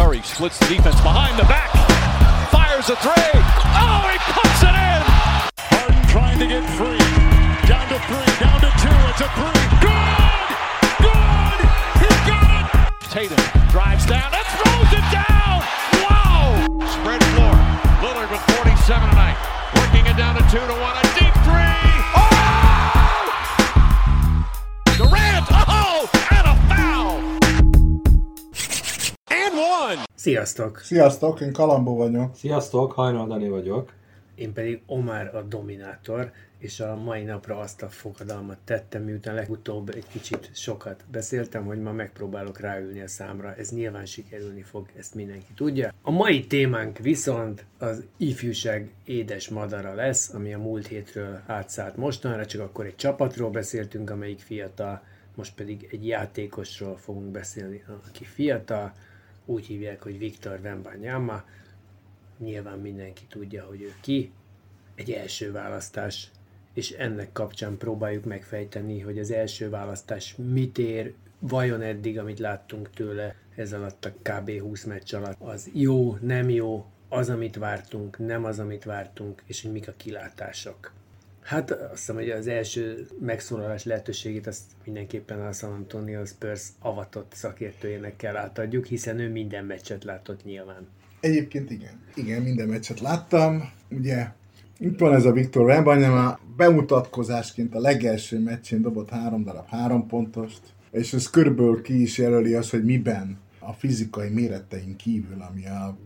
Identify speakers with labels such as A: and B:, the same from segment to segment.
A: Murray splits the defense behind the back. Fires a three. Oh, he puts it in. Harden trying to get free. Down to three, down to two. It's a three. Good! Good! He got it! Tatum drives down and throws it down. Wow! Spread floor. Lillard with 47 tonight. Working it down to 2-1. A deep three. Oh! Durant. Oh! And a foul. And one.
B: Sziasztok!
C: Sziasztok, én Kalambó vagyok.
D: Sziasztok, Hajnal Dani vagyok.
B: Én pedig Omar a Dominátor, és a mai napra azt a fogadalmat tettem, miután legutóbb egy kicsit sokat beszéltem, hogy ma megpróbálok ráülni a számra. Ez nyilván sikerülni fog, ezt mindenki tudja. A mai témánk viszont az ifjúság édes madara lesz, ami a múlt hétről átszállt mostanra, csak akkor egy csapatról beszéltünk, amelyik fiatal, most pedig egy játékosról fogunk beszélni, aki fiatal, úgy hívják, hogy Victor Wembanyama. Nyilván mindenki tudja, hogy ő ki. Egy első választás, és ennek kapcsán próbáljuk megfejteni, hogy az első választás mit ér, vajon eddig, amit láttunk tőle ez alatt a kb. 20 meccs alatt, az jó, nem jó, az, amit vártunk, nem az, amit vártunk, és hogy mik a kilátások. Hát azt hiszem, hogy az első megszólalás lehetőségét azt mindenképpen a San Antonio Spurs avatott szakértőjének kell átadjuk, hiszen ő minden meccset látott nyilván.
C: Egyébként igen. Igen, minden meccset láttam. Ugye itt van ez a Victor Wembanyama, bemutatkozásként a legelső meccsén dobott 3 darab 3 pontost, és ez körülbelül ki is jelöli azt, hogy miben a fizikai méretein kívül, ami a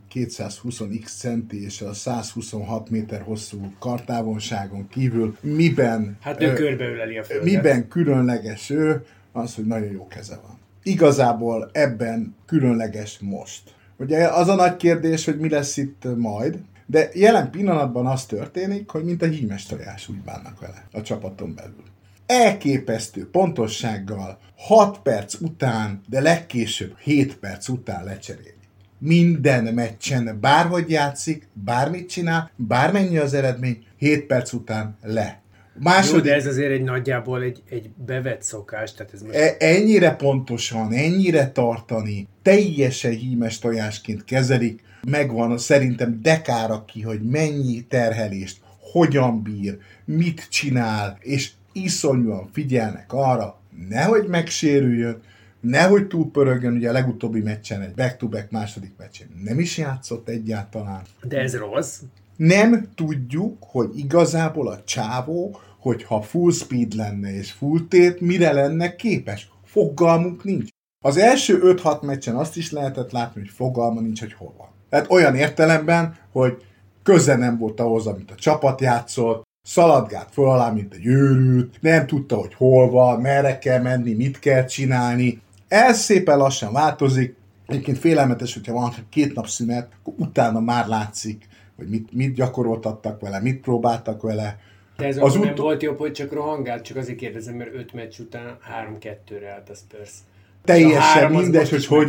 C: 220x centi és a 126 méter hosszú kartávolságon kívül, miben...
B: Hát ő körbeöleli a földet.
C: Miben különleges ő, az, hogy nagyon jó keze van. Igazából ebben különleges most. Ugye az a nagy kérdés, hogy mi lesz itt majd, de jelen pillanatban az történik, hogy mint a hímes tojás úgy bánnak vele a csapaton belül. Elképesztő pontossággal 6 perc után, de legkésőbb 7 perc után lecserélni. Minden meccsen bárhogy játszik, bármit csinál, bármennyi az eredmény, 7 perc után le.
B: Jó, de ez azért egy nagyjából egy bevett szokás. Tehát ez most...
C: Ennyire pontosan, ennyire tartani, teljesen hímes tojásként kezelik, megvan szerintem dekára ki, hogy mennyi terhelést, hogyan bír, mit csinál, és iszonyúan figyelnek arra, nehogy megsérüljön, nehogy túlpörögjön, ugye a legutóbbi meccsen, egy back-to-back második meccsen nem is játszott egyáltalán.
B: De ez rossz.
C: Nem tudjuk, hogy igazából a csávó, hogyha full speed lenne és full tét, mire lenne képes. Fogalmunk nincs. Az első 5-6 meccsen azt is lehetett látni, hogy fogalma nincs, hogy hol van. Tehát olyan értelemben, hogy köze nem volt ahhoz, amit a csapat játszott, szaladgált föl alá, mint egy őrült, nem tudta, hogy hol van, merre kell menni, mit kell csinálni. Ez szépen lassan változik. Egyébként félelmetes, hogyha van 2 nap szünet, akkor utána már látszik, hogy mit gyakoroltattak vele, mit próbáltak vele.
B: De ez az nem volt jobb, hogy csak rohangált, csak azért kérdezem, mert 5 meccs után 3-2-re állt a Spurs.
C: Teljesen mindegy,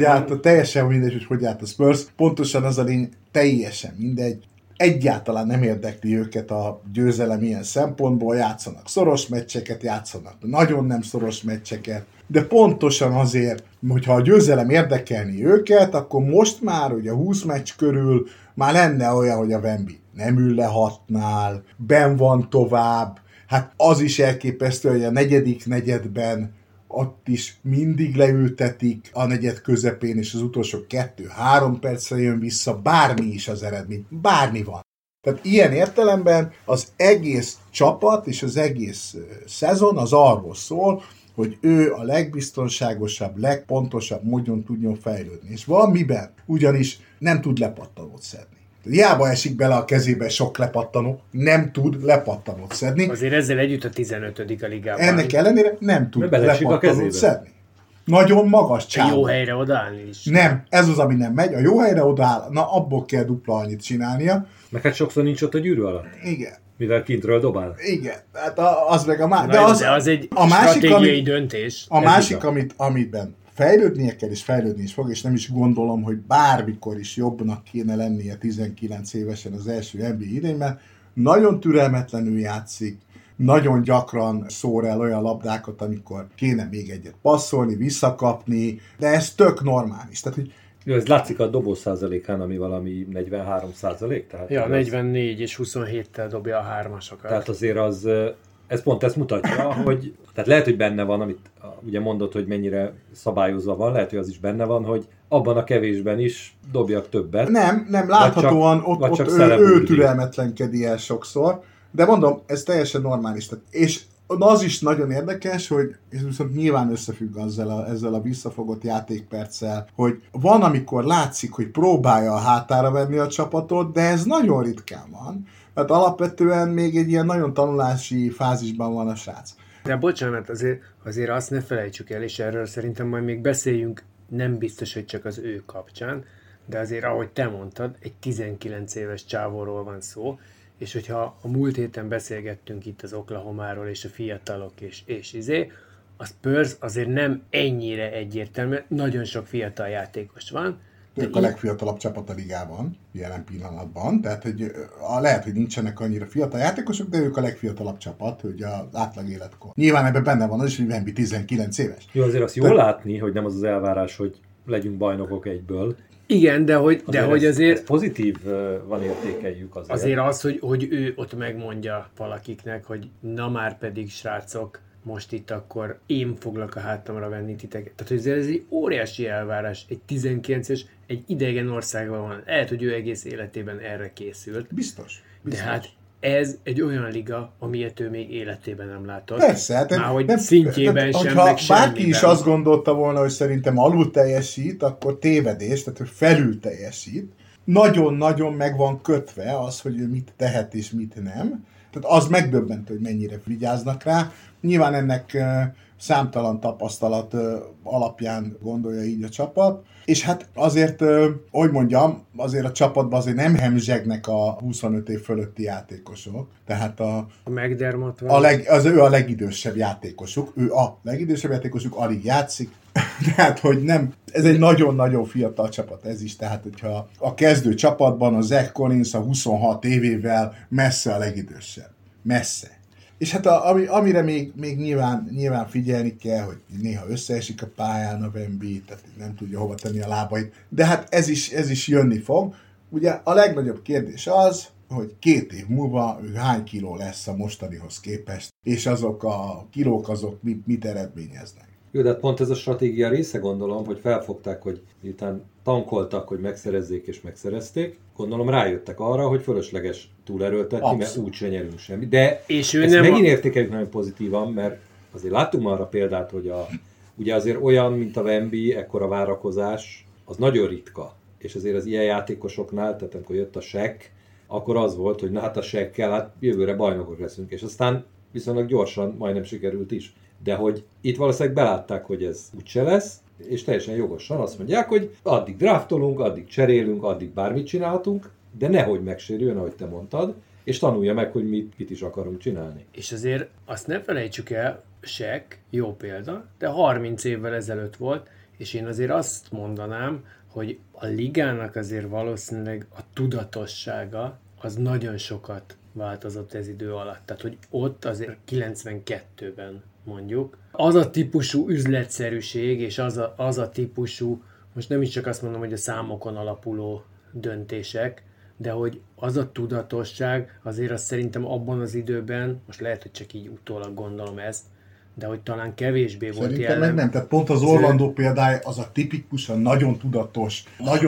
C: hogy hogy állt a Spurs. Pontosan az a lény, teljesen mindegy. Egyáltalán nem érdekli őket a győzelem ilyen szempontból, játszanak szoros meccseket, játszanak nagyon nem szoros meccseket, de pontosan azért, hogyha a győzelem érdekelni őket, akkor most már ugye 20 meccs körül már lenne olyan, hogy a Wemby nem ül le 6-nál, benn van tovább, hát az is elképesztő, hogy a negyedik negyedben ott is mindig leültetik a negyed közepén, és az utolsó 2-3 percre jön vissza, bármi is az eredmény, bármi van. Tehát ilyen értelemben az egész csapat és az egész szezon az arról szól, hogy ő a legbiztonságosabb, legpontosabb módon tudjon fejlődni. És van miben, ugyanis nem tud lepattanót szedni. Hiába esik bele a kezébe sok lepattanó, nem tud lepattanót szedni.
B: Azért ezzel együtt a 15. a ligában.
C: Ennek ellenére nem tud lepattanót szedni. Nagyon magas csávó.
B: Jó helyre odaállni is.
C: Nem, ez az, ami nem megy. A jó helyre odaáll, na abból kell dupla annyit csinálnia.
D: Meg hát sokszor nincs ott a gyűrű alatt.
C: Igen.
D: Mivel kintről dobál.
C: Igen, hát az meg a másik.
B: De az egy stratégiai döntés.
C: A másik, amiben fejlődnie kell, és fejlődni is fog, és nem is gondolom, hogy bármikor is jobbnak kéne lennie 19 évesen az első NBA idényben. Nagyon türelmetlenül játszik, nagyon gyakran szór el olyan labdákat, amikor kéne még egyet passzolni, visszakapni, de ez tök normális. Tehát, hogy
D: Jó, ez látszik a dobó százalékán, ami valami 43%, tehát...
B: Ja, 44 és 27-tel dobja a hármasokat.
D: Tehát azért az, ez pont ezt mutatja, hogy tehát lehet, hogy benne van, amit ugye mondod, hogy mennyire szabályozva van, lehet, hogy az is benne van, hogy abban a kevésben is dobjak többet.
C: Nem, láthatóan ott ő türelmetlenkedi el sokszor, de mondom, ez teljesen normális. És az is nagyon érdekes, hogy ez viszont nyilván összefügg ezzel a visszafogott játékperccel, hogy van, amikor látszik, hogy próbálja a hátára venni a csapatot, de ez nagyon ritkán van. Tehát alapvetően még egy ilyen nagyon tanulási fázisban van a srác.
B: De bocsánat, azért azt ne felejtsük el, és erről szerintem majd még beszéljünk, nem biztos, hogy csak az ő kapcsán, de azért, ahogy te mondtad, egy 19 éves csávóról van szó, és hogyha a múlt héten beszélgettünk itt az Oklahomáról és a fiatalok és a Spurs azért nem ennyire egyértelmű, nagyon sok fiatal játékos van.
C: Ők a legfiatalabb csapat a ligában, jelen pillanatban, tehát hogy lehet, hogy nincsenek annyira fiatal játékosok, de ők a legfiatalabb csapat, hogy az átlag életkor. Nyilván ebben benne van az is, hogy Wemby 19 éves.
D: Jó, azért azt jól látni, hogy nem az az elvárás, hogy legyünk bajnokok egyből.
B: Igen, de hogy azért
D: ez pozitív van értékeljük azért.
B: Azért az, hogy ő ott megmondja valakiknek, hogy na már pedig srácok, most itt akkor én foglak a hátamra venni titeket. Tehát hogy ez egy óriási elvárás, egy 19-es, egy idegen országban van. Lehet, hogy ő egész életében erre készült.
C: Biztos.
B: De hát ez egy olyan liga, amilyet ő még életében nem látott.
C: Persze, hát
B: már hogy nem, szintjében sem,
C: meg
B: semmiben.
C: Bárki is azt gondolta volna, hogy szerintem alul teljesít, akkor tévedés, tehát hogy felül teljesít. Nagyon-nagyon meg van kötve az, hogy ő mit tehet és mit nem. Tehát az megdöbbentő, hogy mennyire vigyáznak rá. Nyilván ennek számtalan tapasztalat alapján gondolja így a csapat. És hát azért, hogy mondjam, azért a csapatban azért nem hemzsegnek a 25 év fölötti játékosok. Tehát a
B: McDermott van.
C: Ő a legidősebb játékosuk. Ő a legidősebb játékosuk, alig játszik. Tehát, hogy nem, ez egy nagyon-nagyon fiatal csapat ez is, tehát hogyha a kezdő csapatban a Zach Collins a 26 évével messze a legidősebb. Messze. És hát amire még nyilván figyelni kell, hogy néha összeesik a pályán a Wemby, tehát nem tudja hova tenni a lábait, de hát ez is jönni fog. Ugye a legnagyobb kérdés az, hogy 2 év múlva ő hány kiló lesz a mostanihoz képest, és azok a kilók azok mit eredményeznek.
D: Jó, de hát pont ez a stratégia része, gondolom, hogy felfogták, hogy miután tankoltak, hogy megszerezzék és megszerezték, gondolom rájöttek arra, hogy fölösleges túlerőltetni, mert úgyse nyerünk semmit. De és ezt megint értékeljük nagyon pozitívan, mert azért láttunk arra példát, hogy ugye azért olyan, mint a Wemby, ekkora várakozás, az nagyon ritka. És azért az ilyen játékosoknál, tehát amikor jött a Shaq, akkor az volt, hogy na hát a Shaq-kel, hát jövőre bajnokok leszünk. És aztán viszonylag gyorsan majdnem sikerült is. De hogy itt valószínűleg belátták, hogy ez úgyse lesz, és teljesen jogosan azt mondják, hogy addig draftolunk, addig cserélünk, addig bármit csinálhatunk, de nehogy megsérüljön, ahogy te mondtad, és tanulja meg, hogy mit is akarunk csinálni.
B: És azért azt ne felejtsük el, Shaq, jó példa, de 30 évvel ezelőtt volt, és én azért azt mondanám, hogy a ligának azért valószínűleg a tudatossága az nagyon sokat változott ez idő alatt. Tehát, hogy ott azért 92-ben mondjuk, az a típusú üzletszerűség, és az a típusú, most nem is csak azt mondom, hogy a számokon alapuló döntések, de hogy az a tudatosság, azért azt szerintem abban az időben, most lehet, hogy csak így utólag gondolom ezt, de hogy talán kevésbé volt
C: szerintem
B: jelen.
C: Meg nem, tehát pont az Orlando példája az a tipikusan nagyon tudatosan.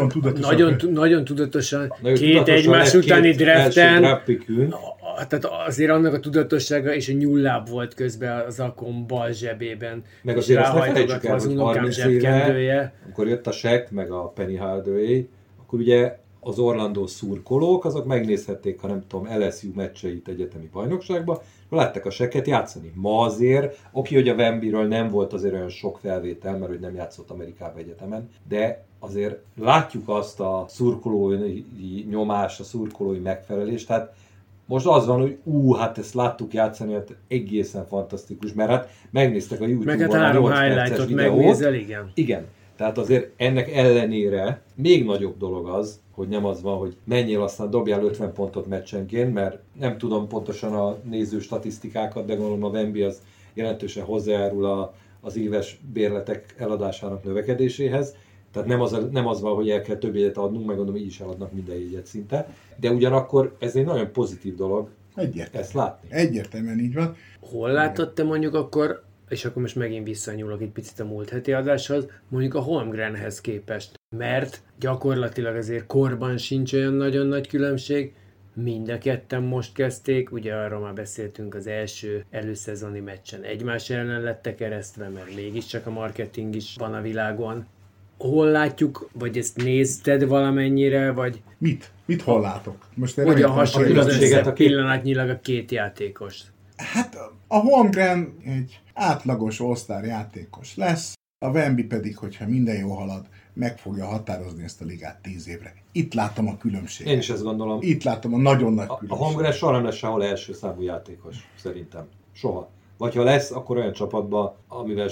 B: Nagyon tudatosan, két egymás utáni draften, tehát azért annak a tudatossága és a nyúlláb volt közben az Akon bal zsebében.
D: Meg azért azt ne felejtsük el, hogy 30 éve, amikor jött a Shaq, meg a Penny Hardaway, akkor ugye az Orlandó szurkolók, azok megnézhették, ha nem tudom, LSU meccseit egyetemi bajnokságban, látták a Shaqet játszani. Ma azért, hogy a Wembyről nem volt azért olyan sok felvétel, mert hogy nem játszott Amerikában egyetemen, de azért látjuk azt a szurkolói nyomást, a szurkolói megfelelést, tehát most az van, hogy hát ezt láttuk játszani, hát egészen fantasztikus, mert hát megnéztek a YouTube-on a 8 perces videót.
B: Megnézel, igen.
D: Igen. Tehát azért ennek ellenére még nagyobb dolog az, hogy nem az van, hogy menjél aztán dobjál 50 pontot meccsenként, mert nem tudom pontosan a néző statisztikákat, de gondolom a Wemby az jelentősen hozzájárul az éves bérletek eladásának növekedéséhez, Tehát nem az van, hogy el kell több jegyet adnunk, meg gondolom, így is eladnak minden jegyet szinte. De ugyanakkor ez egy nagyon pozitív dolog ezt látni.
C: Egyértelműen így van.
B: Hol látod te mondjuk akkor, és akkor most megint visszanyúlok egy picit a múlt heti adáshoz, mondjuk a Holmgrenhez képest. Mert gyakorlatilag azért korban sincs olyan nagyon nagy különbség, mind a ketten most kezdték, ugye arról már beszéltünk az első előszezoni meccsen. Egymás ellen lettek eresztve, mert mégiscsak a marketing is van a világon. Hol látjuk, vagy ezt nézted valamennyire, vagy...
C: Mit hol látok?
B: Most hogyan hasonlít az össze pillanatnyilag a két játékost?
C: Hát a Holmgren egy átlagos all-star játékos lesz, a Wemby pedig, hogyha minden jó halad, meg fogja határozni ezt a ligát 10 évre. Itt látom a különbséget.
D: Én is ezt gondolom.
C: Itt látom a nagyon nagy különbséget.
D: A Holmgren soha nem lesz sehol első számú játékos, szerintem. Soha. Vagy ha lesz, akkor olyan csapatban, amivel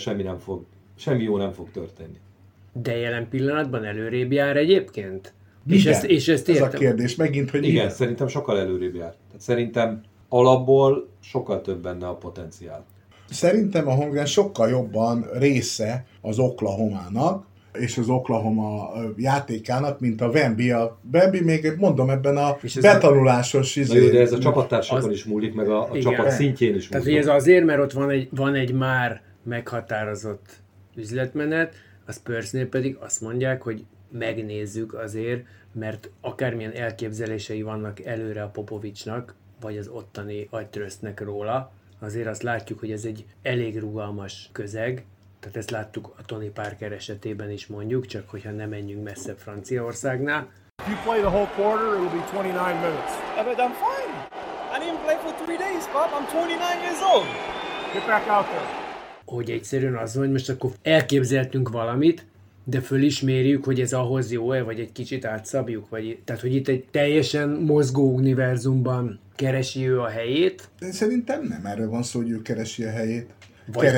D: semmi jó nem fog történni.
B: De jelen pillanatban előrébb jár egyébként?
C: Igen,
B: és ezt
C: ez a kérdés megint, hogy
D: igen, szerintem sokkal előrébb jár. Tehát szerintem alapból sokkal több benne a potenciál.
C: Szerintem a Holmgren sokkal jobban része az Oklahomának, és az Oklahoma játékának, mint a Wemby. A Wemby még mondom ebben a betanulásos...
D: de ez a csapattársakon is múlik, meg a csapat szintjén is múlik.
B: Tehát ez azért, mert ott van egy már meghatározott üzletmenet, a Spursnél pedig azt mondják, hogy megnézzük azért, mert akármilyen elképzelései vannak előre a Popovicsnak, vagy az ottani agytrösztnek róla, azért azt látjuk, hogy ez egy elég rugalmas közeg, tehát ezt láttuk a Tony Parker esetében is mondjuk, csak hogyha nem menjünk messzebb Franciaországnál.
E: If you play the whole quarter, it'll be 29 minutes.
F: But I'm fine. I didn't play for 3 days, Pop. I'm 29 years old.
E: Get back out there.
B: Hogy egyszerűen az, hogy most akkor elképzeltünk valamit, de fölismérjük, hogy ez ahhoz jó-e, vagy egy kicsit átszabjuk, vagy tehát, hogy itt egy teljesen mozgó univerzumban keresi ő a helyét.
C: De szerintem nem erről van szó, hogy ő keresi a helyét.
B: Vagy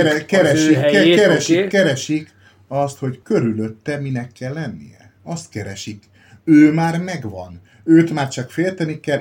C: keresik azt, hogy körülötte minek kell lennie. Azt keresik. Ő már megvan. Őt már csak félteni kell,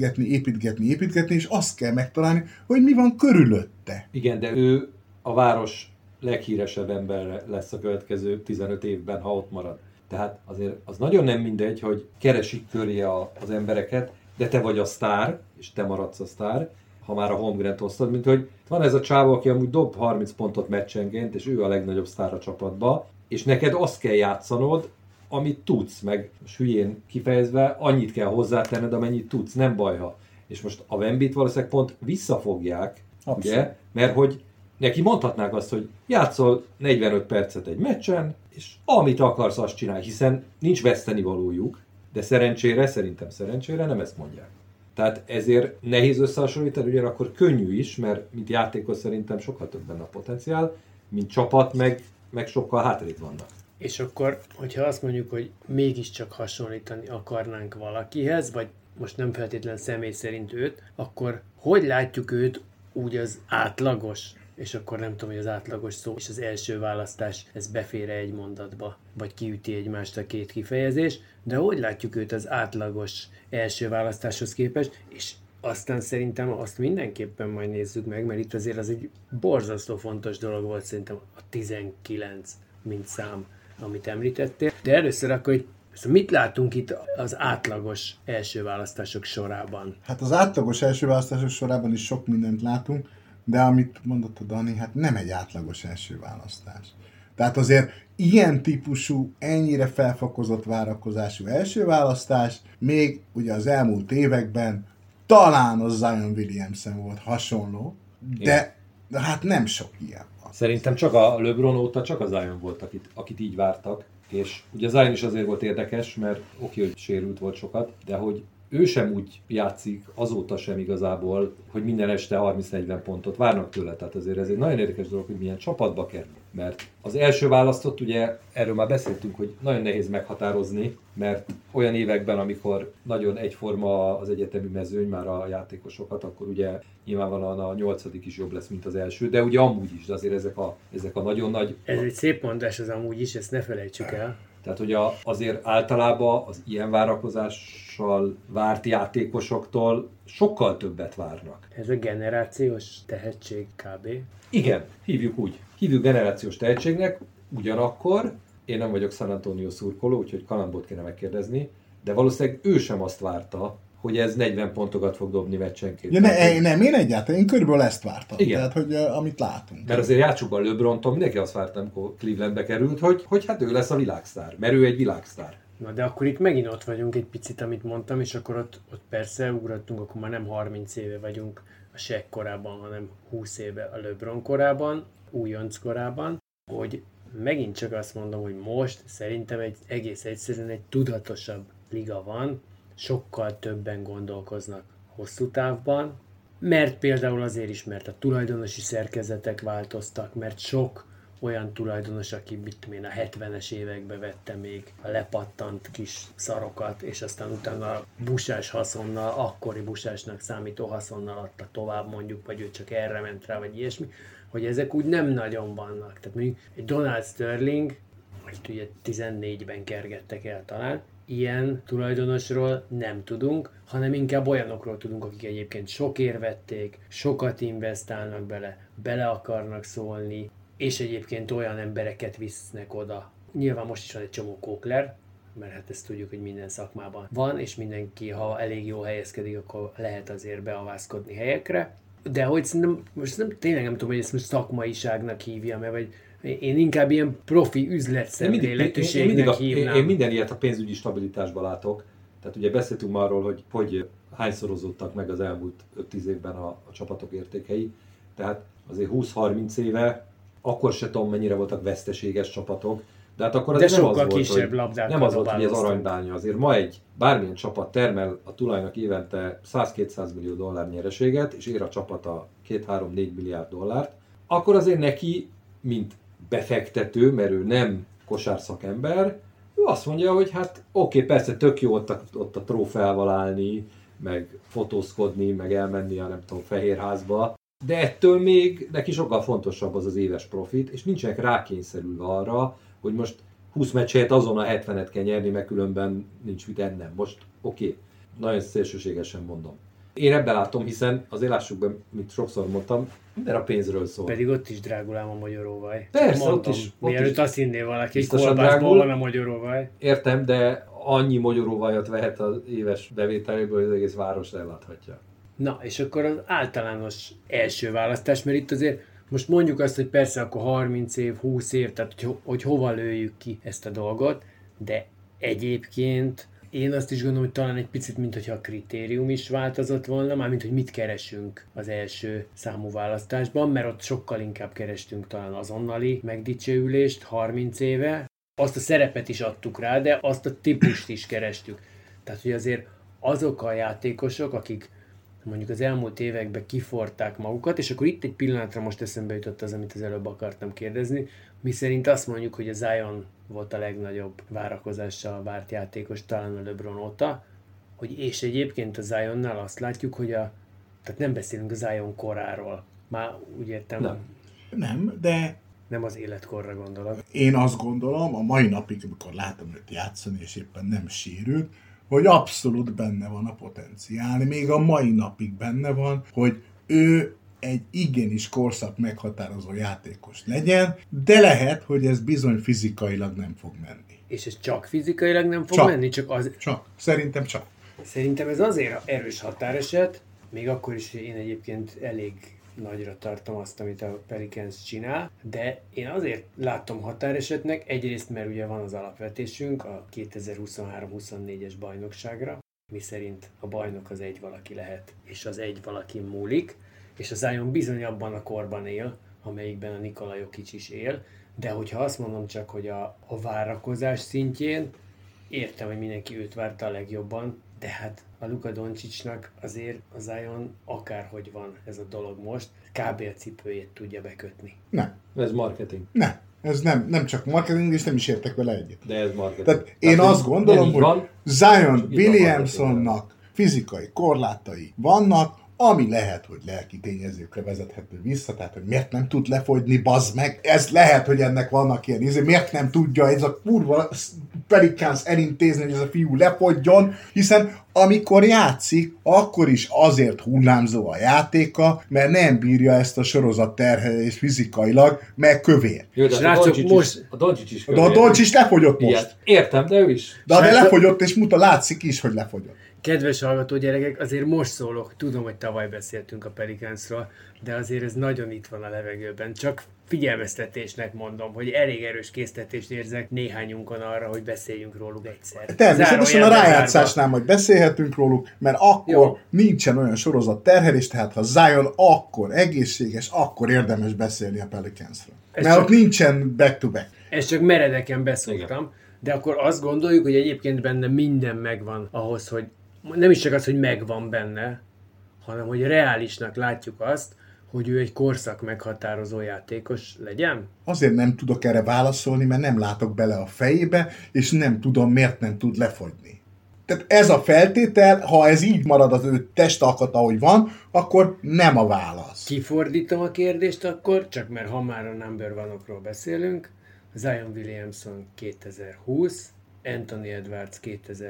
C: építgetni, és azt kell megtalálni, hogy mi van körülötte.
D: Igen, de ő a város leghíresebb emberre lesz a következő 15 évben, ha ott marad. Tehát azért az nagyon nem mindegy, hogy keresik köré az embereket, de te vagy a sztár, és te maradsz a sztár, ha már a Holmgrent hoztad, mint hogy van ez a csávó, aki amúgy dob 30 pontot meccsenként, és ő a legnagyobb sztár a csapatba, és neked azt kell játszanod, amit tudsz, meg most hülyén kifejezve, annyit kell hozzátenned, amennyit tudsz, nem bajha. És most a Wembyt valószínűleg pont visszafogják, ugye, mert hogy neki mondhatnák azt, hogy játszol 45 percet egy meccsen, és amit akarsz, azt csinálj, hiszen nincs vesztenivalójuk, de szerintem szerencsére nem ezt mondják. Tehát ezért nehéz összehasonlítani, ugyanakkor könnyű is, mert mint játékos szerintem sokkal több benne a potenciál, mint csapat, meg sokkal hátrébb vannak.
B: És akkor, hogyha azt mondjuk, hogy mégiscsak hasonlítani akarnánk valakihez, vagy most nem feltétlen személy szerint őt, akkor hogy látjuk őt úgy az átlagos, és akkor nem tudom, hogy az átlagos szó és az első választás, ez befér egy mondatba, vagy kiüti egymást a két kifejezés, de hogy látjuk őt az átlagos első választáshoz képest, és aztán szerintem azt mindenképpen majd nézzük meg, mert itt azért az egy borzasztó fontos dolog volt szerintem a 19, mint szám, amit említettél. De először akkor, hogy mit látunk itt az átlagos első választások sorában?
C: Hát az átlagos első választások sorában is sok mindent látunk, de amit mondott a Dani, hát nem egy átlagos első választás. Tehát azért ilyen típusú, ennyire felfokozott várakozású első választás még ugye az elmúlt években talán a Zion Williamson volt hasonló, de hát nem sok ilyen van.
D: Szerintem csak a LeBron óta csak a Zion volt, akit így vártak, és ugye Zion is azért volt érdekes, mert oké, hogy sérült volt sokat, de hogy ő sem úgy játszik azóta sem igazából, hogy minden este 30-40 pontot várnak tőle. Tehát azért ez egy nagyon érdekes dolog, hogy milyen csapatba kerül. Mert az első választott, ugye erről már beszéltünk, hogy nagyon nehéz meghatározni, mert olyan években, amikor nagyon egyforma az egyetemi mezőny már a játékosokat, akkor ugye nyilvánvalóan a 8. is jobb lesz, mint az első, de ugye amúgy is, de azért ezek a nagyon nagy...
B: Ez egy szép mondás az amúgy is, ezt ne felejtsük el.
D: Tehát, hogy azért általában az ilyen várakozással várt játékosoktól sokkal többet várnak.
B: Ez a generációs tehetség kb.
D: Igen, hívjuk úgy. Hívjuk generációs tehetségnek, ugyanakkor én nem vagyok San Antonio szurkoló, úgyhogy Kalambot kéne megkérdezni, de valószínűleg ő sem azt várta, hogy ez 40 pontokat fog dobni meccsenként.
C: Ja, nem, én egyáltalán, én körülbelül ezt vártam. Igen. Tehát, hogy amit látunk.
D: Mert azért játsszuk a LeBrontól, mindenki azt várta, amikor Clevelandbe került, hogy hát ő lesz a világsztár, mert ő egy világsztár.
B: Na de akkor itt megint ott vagyunk egy picit, amit mondtam, és akkor ott persze ugrottunk, akkor már nem 30 éve vagyunk a Shaq korában, hanem 20 éve a LeBron korában, újonc korában, hogy megint csak azt mondom, hogy most szerintem egész egyszerűen egy tudatosabb liga van, sokkal többen gondolkoznak hosszú távban, mert például azért is, mert a tulajdonosi szerkezetek változtak, mert sok olyan tulajdonos, aki a 70-es években vette még a lepattant kis szarokat, és aztán utána busás haszonnal, akkori busásnak számító haszonnal adta tovább mondjuk, vagy ő csak erre ment rá, vagy ilyesmi, hogy ezek úgy nem nagyon vannak. Tehát mondjuk egy Donald Sterling, akit ugye 14-ben kergettek el talán, ilyen tulajdonosról nem tudunk, hanem inkább olyanokról tudunk, akik egyébként sokért vették, sokat investálnak bele akarnak szólni, és egyébként olyan embereket visznek oda. Nyilván most is van egy csomó kókler, mert hát ezt tudjuk, hogy minden szakmában van, és mindenki, ha elég jól helyezkedik, akkor lehet azért beavászkodni helyekre. De hogy tényleg nem tudom, hogy ezt most szakmaiságnak hívjam, vagy én inkább ilyen profi üzletszemléletűségnek hívnám.
D: Én minden ilyet a pénzügyi stabilitásban látok. Tehát ugye beszéltünk arról, hogy hányszorozódtak meg az elmúlt 5-10 évben a csapatok értékei. Tehát azért 20-30 éve, akkor se tudom, mennyire voltak veszteséges csapatok, de hát akkor az nem az volt, hogy ez aranybánya. Azért ma bármilyen csapat termel a tulajnak évente 100-200 millió dollár nyereséget, és ér a csapata 2-3-4 milliárd dollárt, akkor azért neki, mint befektető, mert ő nem kosárszakember, ő azt mondja, hogy hát oké, persze tök jó ott a trófeával állni, meg fotózkodni, meg elmenni a nem tudom, Fehérházba, de ettől még neki sokkal fontosabb az éves profit, és nincsenek rákényszerülve arra, hogy most 20 meccs helyett azon a 70-et kell nyerni, mert különben nincs mit ennem. Most oké, nagyon szélsőségesen mondom. Én ebben látom, hiszen azért lássuk be, mint sokszor mondtam, minden a pénzről szól.
B: Pedig ott is drágul ám a magyaróvaj.
D: Persze,
B: mondtam, ott is. Mielőtt azt hinné valaki, hogy kolbászból van a magyaróvaj.
D: Értem, de annyi magyaróvajat vehet az éves bevételéből, hogy az egész város elláthatja.
B: Na, és akkor az általános első választás, mert itt azért most mondjuk azt, hogy persze akkor 30 év, 20 év, tehát hogy hova lőjük ki ezt a dolgot, de egyébként én azt is gondolom, hogy talán egy picit, mintha a kritérium is változott volna, mármint, hogy mit keresünk az első számú választásban, mert ott sokkal inkább kerestünk talán azonnali megdicsőülést 30 éve. Azt a szerepet is adtuk rá, de azt a típust is kerestük. Tehát, hogy azért azok a játékosok, akik mondjuk az elmúlt években kiforták magukat, és akkor itt egy pillanatra most eszembe jutott az, amit az előbb akartam kérdezni, miszerint azt mondjuk, hogy a Zion volt a legnagyobb várakozással várt játékos talán a LeBron óta, hogy és egyébként a Zionnál azt látjuk, hogy tehát nem beszélünk a Zion koráról. Már úgy értem.
C: Nem, de
B: nem az életkorra gondolok.
C: Én azt gondolom, a mai napig, amikor látom őt játszani, és éppen nem sérült, hogy abszolút benne van a potenciál, még a mai napig benne van, hogy ő egy igenis korszak meghatározó játékos legyen, de lehet, hogy ez bizony fizikailag nem fog menni.
B: És ez csak fizikailag nem fog menni?
C: Csak. Szerintem csak.
B: Szerintem ez azért erős határeset, még akkor is én egyébként elég nagyra tartom azt, amit a Pelicans csinál, de én azért látom határesetnek, egyrészt, mert ugye van az alapvetésünk a 2023-24-es bajnokságra, miszerint a bajnok az egy valaki lehet, és az egy valaki múlik, és a Zion bizony abban a korban él, amelyikben a Nikola Jokic is él, de hogyha azt mondom csak, hogy a várakozás szintjén, értem, hogy mindenki őt várta a legjobban, de hát a Luka Doncicnak azért a Zion akárhogy van ez a dolog most, kb. A cipőjét tudja bekötni.
C: Nem.
D: Ez marketing.
C: Nem. Ez nem csak marketing, és nem is értek vele egyet.
D: De ez marketing.
C: Tehát én azt gondolom, hogy Zion Williamsonnak fizikai korlátai vannak, ami lehet, hogy lelki tényezőkre vezethető vissza, tehát hogy miért nem tud lefogyni, bazd meg. Ez lehet, hogy ennek vannak ilyen miért nem tudja, ez a kurva Pelicans elintézni, hogy ez a fiú lefogyjon, hiszen amikor játszik, akkor is azért hullámzó a játéka, mert nem bírja ezt a sorozat terhelést fizikailag, mert kövér.
D: Jó, de a Doncic is kövér.
C: De a Doncic lefogyott most.
D: Igen. Értem, de ő is.
C: De lefogyott, és látszik is, hogy lefogyott.
B: Kedves hallgató gyerekek, azért most szólok, tudom, hogy tavaly beszéltünk a Pelicansról, de azért ez nagyon itt van a levegőben. Csak figyelmeztetésnek mondom, hogy elég erős késztetést érzek néhányunkon arra, hogy beszéljünk róluk egyszer.
C: Természetesen a rájátszásnál majd beszélhetünk róluk, mert akkor nincsen olyan sorozat terhelés, tehát ha Zion akkor egészséges, akkor érdemes beszélni a Pelicansról. Mert ott nincsen back-to-back.
B: Ezt csak meredeken beszóltam, de akkor azt gondoljuk, hogy egyébként benne minden megvan ahhoz, hogy nem is csak az, hogy megvan benne, hanem hogy reálisnak látjuk azt, hogy ő egy korszak meghatározó játékos legyen?
C: Azért nem tudok erre válaszolni, mert nem látok bele a fejébe, és nem tudom, miért nem tud lefogyni. Tehát ez a feltétel, ha ez így marad az ő testalkat, ahogy van, akkor nem a válasz.
B: Kifordítom a kérdést akkor, csak mert ha már a number one-okról beszélünk, Zion Williamson 2020, Anthony Edwards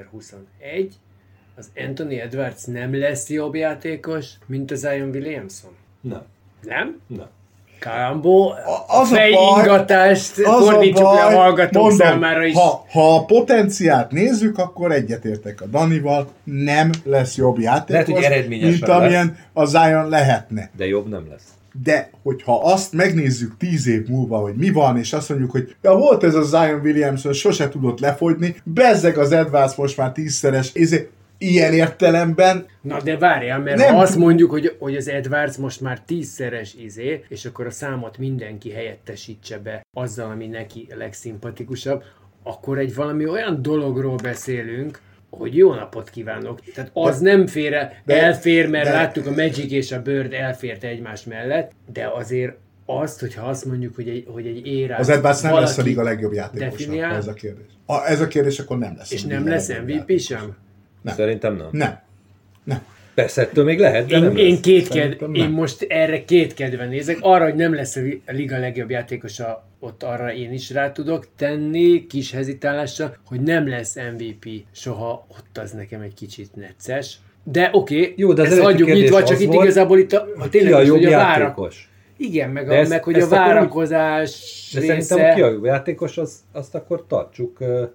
B: 2021, az Anthony Edwards nem lesz jobb játékos, mint a Zion Williamson?
D: Nem.
B: Nem?
D: Nem.
B: Karambó, a fejingatást fordítsuk le a hallgatók számára is.
C: Ha a potenciált nézzük, akkor egyetértek a Danival, nem lesz jobb játékos,
D: lehet,
C: mint amilyen a Zion lehetne.
D: De jobb nem lesz.
C: De, hogyha azt megnézzük 10 év múlva, hogy mi van, és azt mondjuk, hogy ja, volt ez a Zion Williamson, sose tudott lefogyni, bezzeg az Edwards most már 10-szeres, ilyen értelemben...
B: Na de várjál, mert ha azt mondjuk, hogy az Edwards most már 10-szeres és akkor a számot mindenki helyettesítse be azzal, ami neki a legszimpatikusabb, akkor egy valami olyan dologról beszélünk, hogy jó napot kívánok. Tehát az nem elfér, mert láttuk a Magic és a Bird elfért egymás mellett, de azért azt, hogyha azt mondjuk, hogy egy érát...
C: Az Edwards nem lesz a liga legjobb játékosa, ez a kérdés. Ha ez a kérdés, akkor nem lesz.
B: És nem lesz MVP sem?
D: Nem. Szerintem nem.
C: Nem.
D: Persze, ettől még lehet, de nem lesz.
B: Én most erre kétkedve nézek. Arra, hogy nem lesz a liga legjobb játékosa, ott arra én is rá tudok tenni, kis hezitálással, hogy nem lesz MVP soha, ott az nekem egy kicsit necces. De oké,
D: jó, de
B: ezt hagyjuk nyitva, csak itt igazából itt tényleg
D: a jobb játékos.
B: Igen, meg hogy a várakozás
D: része... De szerintem ki a jobb játékos, azt akkor tartsuk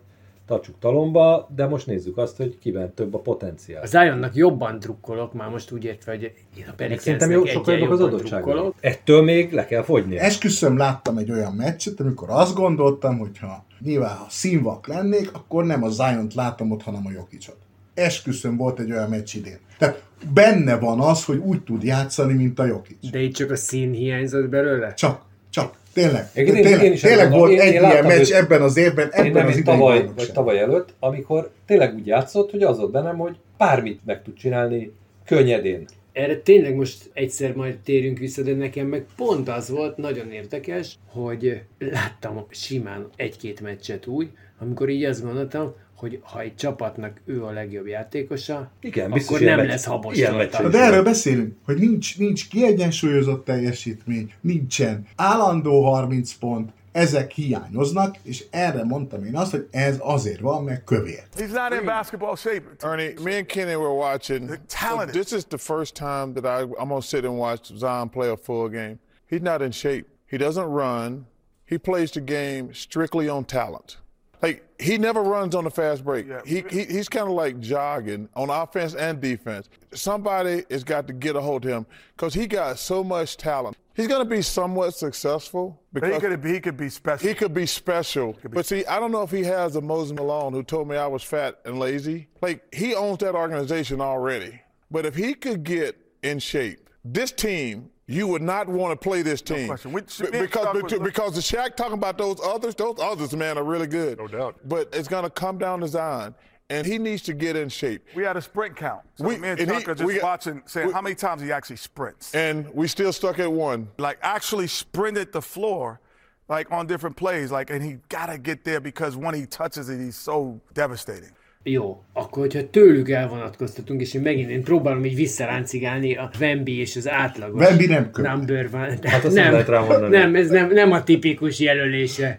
D: talomba, de most nézzük azt, hogy kiben több a potenciál.
B: A Zionnak jobban drukkolok, már most úgy értve, hogy én a Pelicansnek
D: sokkal jobbak az adottságok. Ettől még le kell fogyni.
C: Esküszöm, láttam egy olyan meccset, amikor azt gondoltam, hogyha nyilván ha színvak lennék, akkor nem a Ziont látom ott, hanem a Jokicot. Esküszöm, volt egy olyan meccs idén. Tehát benne van az, hogy úgy tud játszani, mint a Jokic.
B: De itt csak a szín hiányzott belőle?
C: Csak. Tényleg volt egy ilyen meccs ebben az évben, ebben az idejében.
D: Tavaly előtt, amikor tényleg úgy játszott, hogy az volt bennem, hogy bármit meg tud csinálni könnyedén.
B: Erre tényleg most egyszer majd térjünk vissza, de nekem meg pont az volt nagyon érdekes, hogy láttam simán egy-két meccset úgy, amikor így azt gondoltam, hogy ha egy csapatnak ő a legjobb játékosa, igen, akkor nem lesz habos.
C: De erről beszélünk, hogy nincs kiegyensúlyozott teljesítmény, nincsen állandó 30 pont, ezek hiányoznak, és erre mondtam én azt, hogy ez azért van, mert kövér.
E: He's not in basketball shape.
G: Ernie, me and Kenny were watching. This is the first time that I'm going to sit and watch Zion play a full game. He's not in shape. He doesn't run. He plays the game strictly on talent. Like, he never runs on the fast break. Yeah. He's kind of like jogging on offense and defense. Somebody has got to get a hold of him because he got so much talent. He's going to be somewhat successful.
E: Because he could be special.
G: He could be special. But see, I don't know if he has a Moses Malone who told me I was fat and lazy. Like, he owns that organization already. But if he could get in shape, this team, you would not want to play this team. No because the Shaq talking about those others, man, are really good.
E: No doubt.
G: But it's going to come down to Zion. And he needs to get in shape.
E: We had a sprint count. So me and Chuck are just watching, saying how many times he actually sprints.
G: And we still stuck at one.
E: Like, actually sprinted the floor, like, on different plays. Like, and he got to get there because when he touches it, he's so devastating.
B: Jó, akkor hogyha tőlük elvonatkoztatunk, és én próbálom így visszaráncigálni a Wemby és az átlagos
C: Wemby nem
B: number van.
D: Hát azt nem lehet rá mondani.
B: Nem, ez nem a tipikus jelölése.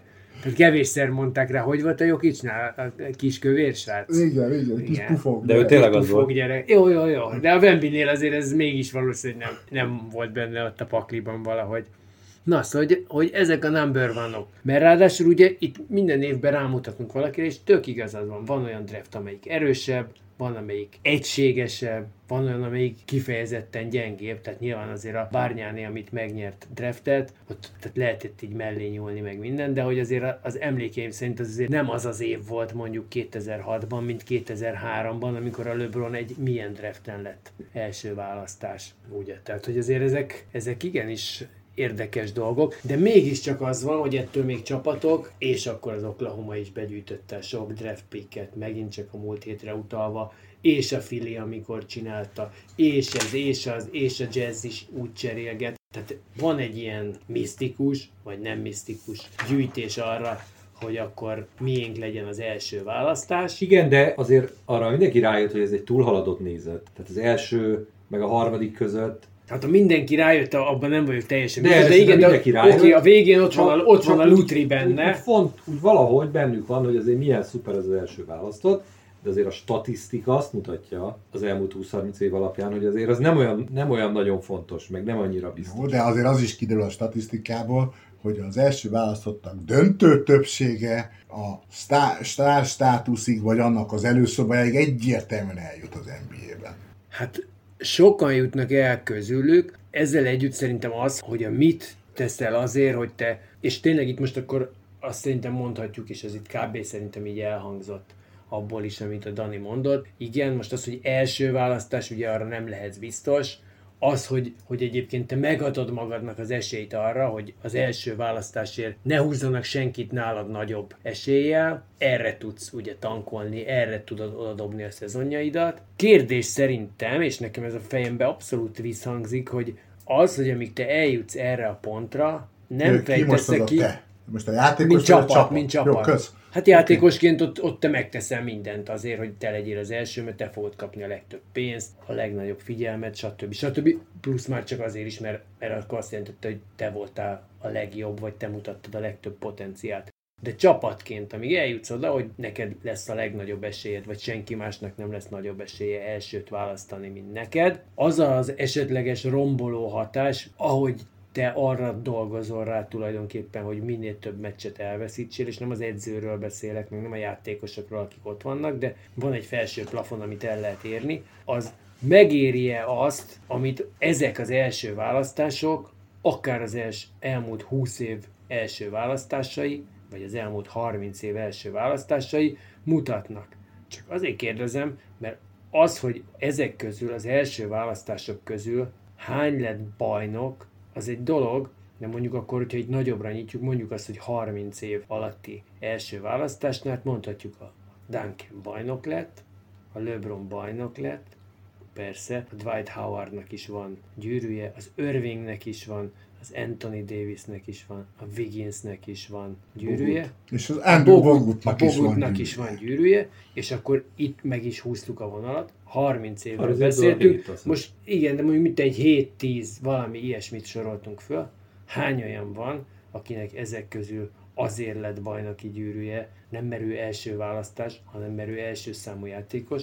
B: Kevésszer mondták rá, hogy volt a Jokicsnál? A kis kövérsrác?
C: Igen, kis pufog.
D: De ő tényleg az volt.
B: Gyerek. Jó. De a Wembynél azért ez mégis valószínűleg nem volt benne ott a pakliban valahogy. Na, szóval, hogy ezek a number one-ok. Mert ráadásul ugye itt minden évben rámutatunk valakire, és tök igazad van. Van olyan draft, amelyik erősebb, van amelyik egységesebb, van olyan, amelyik kifejezetten gyengébb, tehát nyilván azért a Bargnani, amit megnyert draftet, ott tehát lehetett így mellé nyúlni meg minden, de hogy azért az emlékeim szerint az azért nem az az év volt mondjuk 2006-ban, mint 2003-ban, amikor a LeBron egy milyen draften lett első választás. Ugye? Tehát, hogy azért ezek igenis érdekes dolgok, de mégiscsak az van, hogy ettől még csapatok, és akkor az Oklahoma is begyűjtötte sok draft picket, megint csak a múlt hétre utalva, és a Philly, amikor csinálta, és ez, és az, és a Jazz is úgy cserélget. Tehát van egy ilyen misztikus, vagy nem misztikus gyűjtés arra, hogy akkor miénk legyen az első választás.
D: Igen, de azért arra mindenki rájött, hogy ez egy túlhaladott nézet. Tehát az első, meg a harmadik között.
B: Hát ha mindenki rájött, abban nem vagyok teljesen
D: de igen, mindenki rájött.
B: Oké, a végén ott van a Lutri benne.
D: Úgy valahogy bennük van, hogy azért milyen szuper ez az első választott, de azért a statisztika azt mutatja az elmúlt 20-30 év alapján, hogy azért az nem olyan nagyon fontos, meg nem annyira biztos.
C: Jó, de azért az is kiderül a statisztikából, hogy az első választottak döntő többsége a sztár státuszig, vagy annak az előszobáig egyértelműen eljut az NBA-ben.
B: Hát sokan jutnak el közülük, ezzel együtt szerintem az, hogy a mit teszel azért, hogy te, és tényleg itt most akkor azt szerintem mondhatjuk, és ez itt kb. Szerintem így elhangzott abból is, amit a Dani mondott. Igen, most az, hogy első választás, ugye arra nem lehetsz biztos, az, hogy egyébként te megadod magadnak az esélyt arra, hogy az első választásért ne húzzanak senkit nálad nagyobb eséllyel, erre tudsz ugye tankolni, erre tudod odadobni a szezonjaidat. Kérdés szerintem, és nekem ez a fejembe abszolút visszhangzik, hogy az, hogy amíg te eljutsz erre a pontra, nem fejtesz ki...
C: Most a játékos
B: mint csapat. Jó, hát játékosként ott te megteszel mindent azért, hogy te legyél az első, mert te fogod kapni a legtöbb pénzt, a legnagyobb figyelmet, stb. Plusz már csak azért is, mert akkor azt jelentette, hogy te voltál a legjobb, vagy te mutattad a legtöbb potenciált. De csapatként, amíg eljutsz oda, hogy neked lesz a legnagyobb esélyed, vagy senki másnak nem lesz nagyobb esélye elsőt választani, mint neked, az az esetleges romboló hatás, ahogy te arra dolgozol rá tulajdonképpen, hogy minél több meccset elveszítsél, és nem az edzőről beszélek, meg nem a játékosokról, akik ott vannak, de van egy felső plafon, amit el lehet érni, az megéri-e azt, amit ezek az első választások, akár az elmúlt 20 év első választásai, vagy az elmúlt 30 év első választásai mutatnak. Csak azért kérdezem, mert az, hogy ezek közül, az első választások közül hány lett bajnok, az egy dolog, de mondjuk akkor, hogyha egy nagyobbra nyitjuk, mondjuk azt, hogy 30 év alatti első választásnál, mondhatjuk a Duncan bajnok lett, a LeBron bajnok lett, persze, a Dwight Howardnak is van gyűrűje, az Irvingnek is van, az Anthony Davisnek is van, a Wigginsnek is van gyűrűje,
C: és az Andrew Bogutnak
B: is van gyűrűje, és akkor itt meg is húztuk a vonalat, 30 évről beszéltünk, most igen, de mondjuk mint egy 7-10 valami ilyesmit soroltunk föl, hány olyan van, akinek ezek közül azért lett bajnoki gyűrűje, nem merő első választás, hanem merő első számú játékos,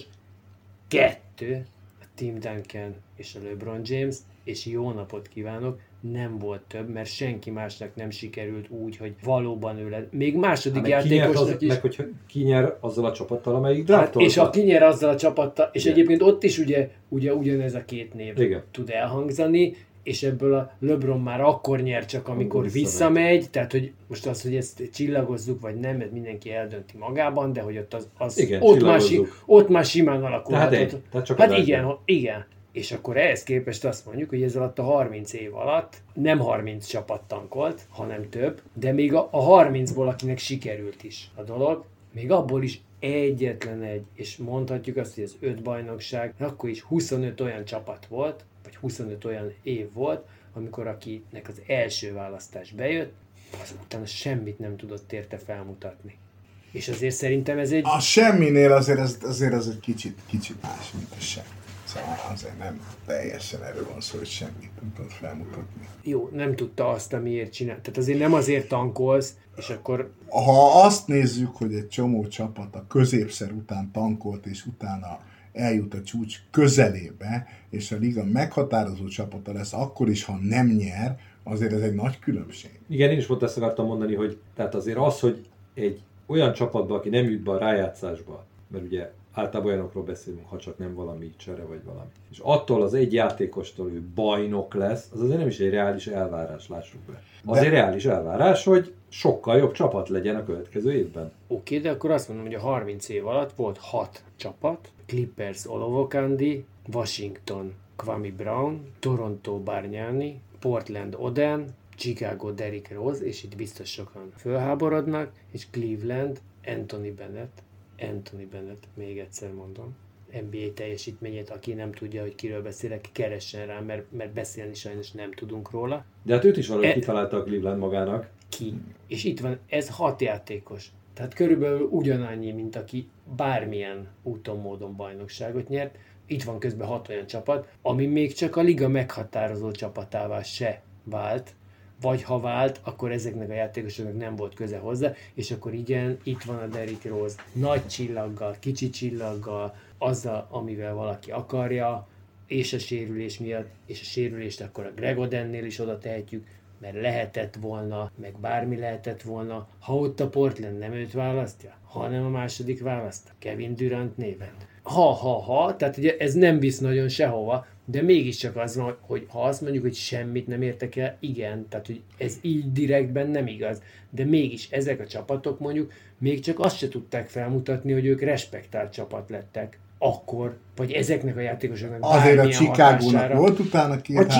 B: 2, a Tim Duncan és a LeBron James, és jó napot kívánok, nem volt több, mert senki másnak nem sikerült úgy, hogy valóban ő lett. Még második játékosnak is.
D: Meg hogyha ki nyer azzal a csapattal, amelyik draftolta.
B: És ha ki nyer azzal a csapattal, és egyébként ott is ugye ugyanez a két név tud elhangzani, és ebből a LeBron már akkor nyer csak, amikor visszamegy, tehát hogy most az, hogy ezt csillagozzuk, vagy nem, mert mindenki eldönti magában, de hogy ott már simán alakulhatott. Hát igen. És akkor ehhez képest azt mondjuk, hogy ez alatt a 30 év alatt nem 30 csapat tankolt, hanem több, de még a 30-ból, akinek sikerült is a dolog, még abból is egyetlen egy, és mondhatjuk azt, hogy az 5 bajnokság, akkor is 25 olyan csapat volt, vagy 25 olyan év volt, amikor akinek az első választás bejött, az utána semmit nem tudott érte felmutatni. És azért szerintem ez egy...
C: A semminél azért ez egy kicsit más, mint a sem. Szóval azért nem teljesen erről van szó, hogy semmit nem tudod felmutatni.
B: Jó, nem tudta azt, amiért csinál. Tehát azért nem azért tankolsz, és akkor...
C: Ha azt nézzük, hogy egy csomó csapat a középszer után tankolt, és utána eljut a csúcs közelébe, és a liga meghatározó csapata lesz, akkor is, ha nem nyer, azért ez egy nagy különbség.
D: Igen, én is pont ezt akartam mondani, hogy tehát azért az, hogy egy olyan csapatban, aki nem jut be a rájátszásba, mert ugye általában olyanokról beszélünk, ha csak nem valami csere vagy valami. És attól az egy játékostól ő bajnok lesz, az azért nem is egy reális elvárás, lássuk be. Azért reális elvárás, hogy sokkal jobb csapat legyen a következő évben.
B: Oké, de akkor azt mondom, hogy a 30 év alatt volt 6 csapat, Clippers Olowokandi, Washington Kwame Brown, Toronto Bargnani, Portland Oden, Chicago Derrick Rose, és itt biztos sokan fölháborodnak, és Cleveland Anthony Bennett, még egyszer mondom, NBA teljesítményét, aki nem tudja, hogy kiről beszélek, keressen rá, mert beszélni sajnos nem tudunk róla.
D: De hát őt is valahogy kitalálta a Cleveland magának.
B: Ki? És itt van, ez 6 játékos. Tehát körülbelül ugyanannyi, mint aki bármilyen úton, módon bajnokságot nyert. Itt van közben 6 olyan csapat, ami még csak a liga meghatározó csapatává se vált, vagy ha vált, akkor ezeknek a játékosoknak nem volt köze hozzá, és akkor igen, itt van a Derrick Rose, nagy csillaggal, kicsi csillaggal, azzal, amivel valaki akarja, és a sérülés miatt, és a sérülést akkor a Greg Odennél is oda tehetjük, mert lehetett volna, meg bármi lehetett volna, ha ott a Portland nem őt választja, hanem a második választ, Kevin Durant néven. Tehát ugye ez nem visz nagyon sehova, de mégiscsak az van, hogy ha azt mondjuk, hogy semmit nem értek el, igen, tehát hogy ez így direktben nem igaz, de mégis ezek a csapatok mondjuk még csak azt se tudták felmutatni, hogy ők respektált csapat lettek akkor, vagy ezeknek a játékosoknak
C: azért a Chicagónak volt utána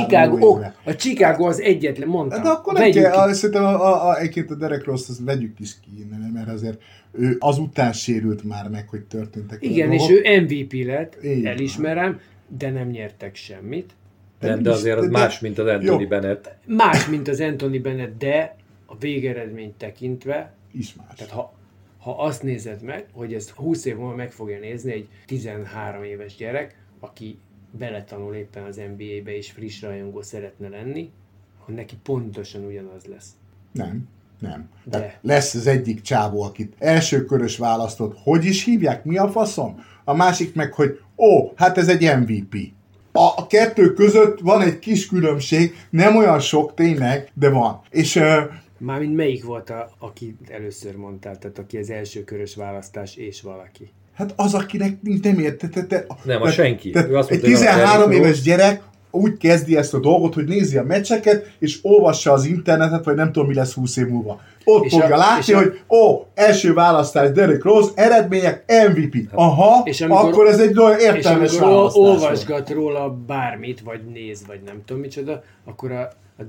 B: a Chicago az egyetlen, mondtam.
C: De akkor nem kell, szerintem egyébként a Derrick Rose-t azt vegyük is ki, mert azért ő azután sérült már meg, hogy történtek.
B: Igen, és ő MVP lett, elismerem, de nem nyertek semmit.
D: De azért az más, mint az Anthony Bennett.
B: Más, mint az Anthony Bennett, de a végeredményt tekintve
C: is más.
B: Tehát ha azt nézed meg, hogy ezt 20 év múlva meg fogja nézni egy 13 éves gyerek, aki beletanul éppen az NBA-be és friss rajongó szeretne lenni, hogy neki pontosan ugyanaz lesz.
C: Nem. De lesz az egyik csávó, akit elsőkörös választott, hogy is hívják, mi a faszom? A másik meg, hogy hát ez egy MVP. A kettő között van egy kis különbség, nem olyan sok tényleg, de van. És
B: mármint melyik volt, aki először mondtál, tehát aki az elsőkörös választás és valaki?
C: Hát az, akinek nem értette.
D: Nem, a senki.
C: Egy 13 éves gyerek úgy kezdi ezt a dolgot, hogy nézi a meccseket, és olvassa az internetet, vagy nem tudom, mi lesz 20 év múlva. Ott fogja látni, hogy első választás Derrick Rose, eredmények MVP. Aha, és akkor ez egy olyan értelmes választás.
B: És olvasgat róla bármit, vagy néz, vagy nem tudom micsoda, akkor a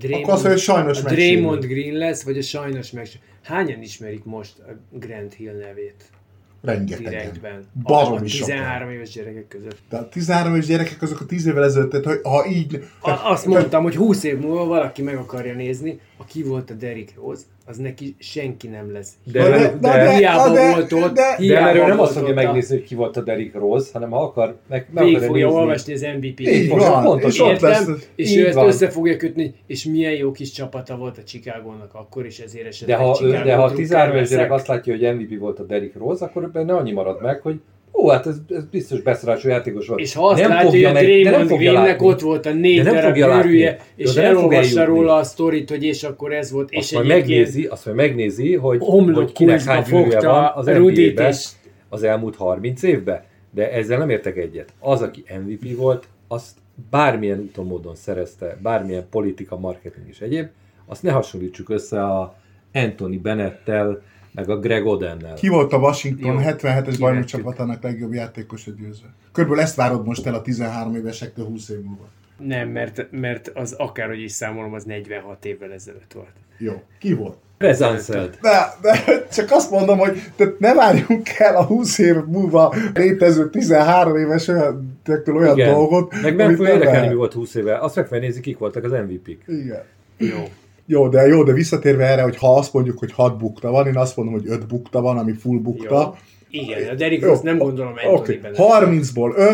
B: Draymond Green lesz, vagy a sajnos Hányan ismerik most a Grant Hill nevét?
C: Rengetegen.
B: A 13 éves gyerekek között.
C: De a 13 éves gyerekek azok a 10 évvel ezelőtt, tehát ha így...
B: Azt mondtam, hogy 20 év múlva valaki meg akarja nézni, aki volt a Derrick Rose, az neki senki nem lesz.
D: De
B: hiába volt ott.
D: De mert ő nem azt fogja megnézni, hogy ki volt a Derrick Rose, hanem ha akar,
B: végig fogja olvasni az MVP-t. És ő ezt össze fogja kötni, és milyen jó kis csapata volt a Chicagónak akkor, és ezért esetleg
D: de ha a 13 éves gyerek azt látja, hogy MVP volt a Derrick Rose, akkor benne annyi marad meg, hogy hát ez biztos beszarású játékos volt.
B: És ha azt látja, hogy a Draymond Greennek ott volt a 4 darab gyűrűje, és elolvassa róla a sztorit, hogy és akkor ez volt, és
D: azt majd megnézi, hogy kinek hány gyűrűje van az NBA-ben az elmúlt 30 évben. De ezzel nem értek egyet. Az, aki MVP volt, azt bármilyen úton módon szerezte, bármilyen politika, marketing és egyéb, azt ne hasonlítsuk össze a Anthony Bennettel, meg a Greg Odennel.
C: Ki volt a Washington 77-es bajnok csapatának legjobb játékos a győző? Körülbelül ezt várod most el a 13 évesektől 20 év múlva.
B: Nem, mert az akárhogy is számolom, az 46 évvel ezelőtt volt.
C: Jó. Ki volt?
D: Bezancelt.
C: De csak azt mondom, hogy ne várjunk el a 20 év múlva létező 13 éves olyan dolgot.
D: Meg nem fog érdekelni, mi volt 20 éve. Azt meg felnézi, kik voltak az MVP-k.
C: Igen. Jó, de visszatérve erre, hogy ha azt mondjuk, hogy 6 bukta van, én azt mondom, hogy 5 bukta van, ami full bukta.
B: Jó. Igen, a Derrick Rose nem gondolom Anthony Bennett.
C: 30-ból 5,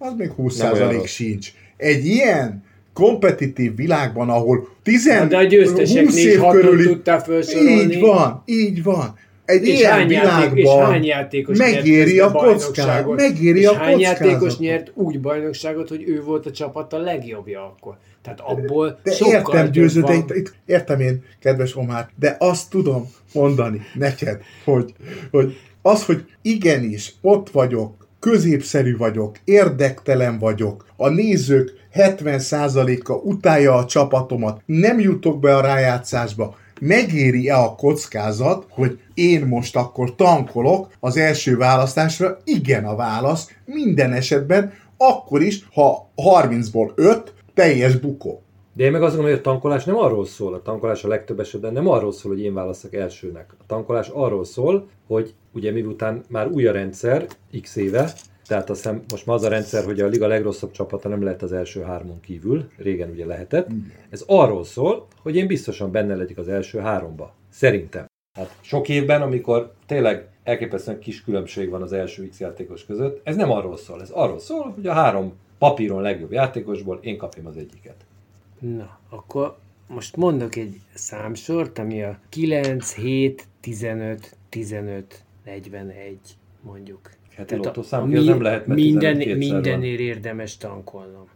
C: az még 20% sincs. Egy ilyen kompetitív világban, ahol 20 év körüli...
F: tudtál felsorolni.
C: Így van. Egy ilyen világban megéri a kockázat.
F: Hány játékos nyert úgy bajnokságot, hogy ő volt a csapat a legjobbja akkor? Tehát abból
C: de
F: sokkal
C: értem, Győző, de itt értem én, kedves Omár, de azt tudom mondani neked, hogy az, hogy igenis ott vagyok, középszerű vagyok, érdektelen vagyok, a nézők 70%-a utálja a csapatomat, nem jutok be a rájátszásba, megéri-e a kockázat, hogy én most akkor tankolok az első választásra? Igen a válasz, minden esetben, akkor is, ha 30-ból 5, teljes bukó.
D: De én meg azt gondolom, hogy a tankolás nem arról szól, a tankolás a legtöbb esetben nem arról szól, hogy én választok elsőnek. A tankolás arról szól, hogy ugye miután már új a rendszer, x éve, tehát azt hiszem most már az a rendszer, hogy a liga legrosszabb csapata nem lehet az első 3-on kívül, régen ugye lehetett. Ez arról szól, hogy én biztosan benne legyek az első 3-ba. Szerintem. Hát sok évben, amikor tényleg elképesztően kis különbség van az első X játékos között, ez nem arról szól. Ez arról szól, hogy a 3 papíron legjobb játékosból én kapjam az egyiket.
B: Na, akkor most mondok egy számsort, ami a 9, 7, 15, 15, 41 mondjuk.
D: Hát a lottószám, nem lehet, mert
B: mindenért érdemes tankolnom.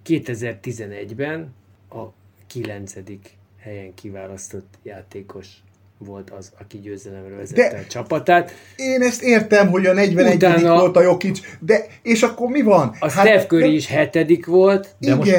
B: 2011-ben a 9. helyen kiválasztott játékos volt az, aki győzelemre vezette a csapatát.
C: Én ezt értem, hogy a 41. volt a Jokic, de és akkor mi van?
B: A Steph Curry is 7. volt.
D: De most,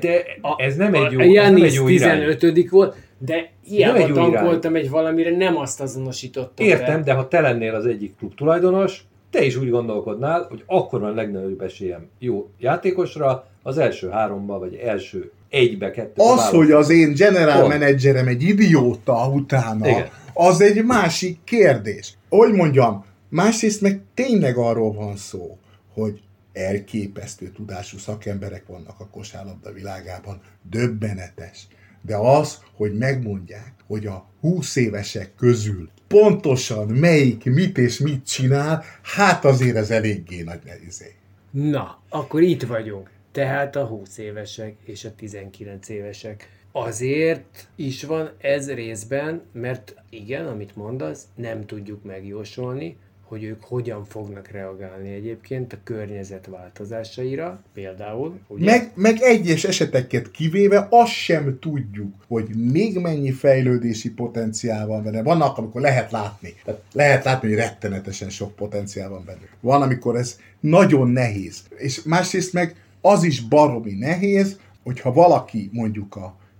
D: ez nem egy jó,
B: a Giannis 15. volt, de hiába tankoltam egy valamire, nem azt azonosítottam.
D: Értem, de ha te lennél az egyik klub tulajdonos, te is úgy gondolkodnál, hogy akkor van a legnagyobb esélyem jó játékosra, az első 3-ba, vagy első 1-be, 2-be
C: az, hogy az én general menedzserem egy idióta utána, igen, az egy másik kérdés. Hogy mondjam, másrészt meg tényleg arról van szó, hogy elképesztő tudású szakemberek vannak a kosárlabda világában, döbbenetes. De az, hogy megmondják, hogy a 20 évesek közül pontosan melyik mit és mit csinál, hát azért ez eléggé nagy nehézé.
B: Na, akkor itt vagyunk. Tehát a 20 évesek és a 19 évesek. Azért is van ez részben, mert igen, amit mondasz, nem tudjuk megjósolni, hogy ők hogyan fognak reagálni egyébként a környezet változásaira, például. Ugye?
C: Meg egyes eseteket kivéve azt sem tudjuk, hogy még mennyi fejlődési potenciál van benne. Vannak, amikor lehet látni. Tehát lehet látni, hogy rettenetesen sok potenciál van benne. Van, amikor ez nagyon nehéz. És másrészt meg az is baromi nehéz, hogyha valaki mondjuk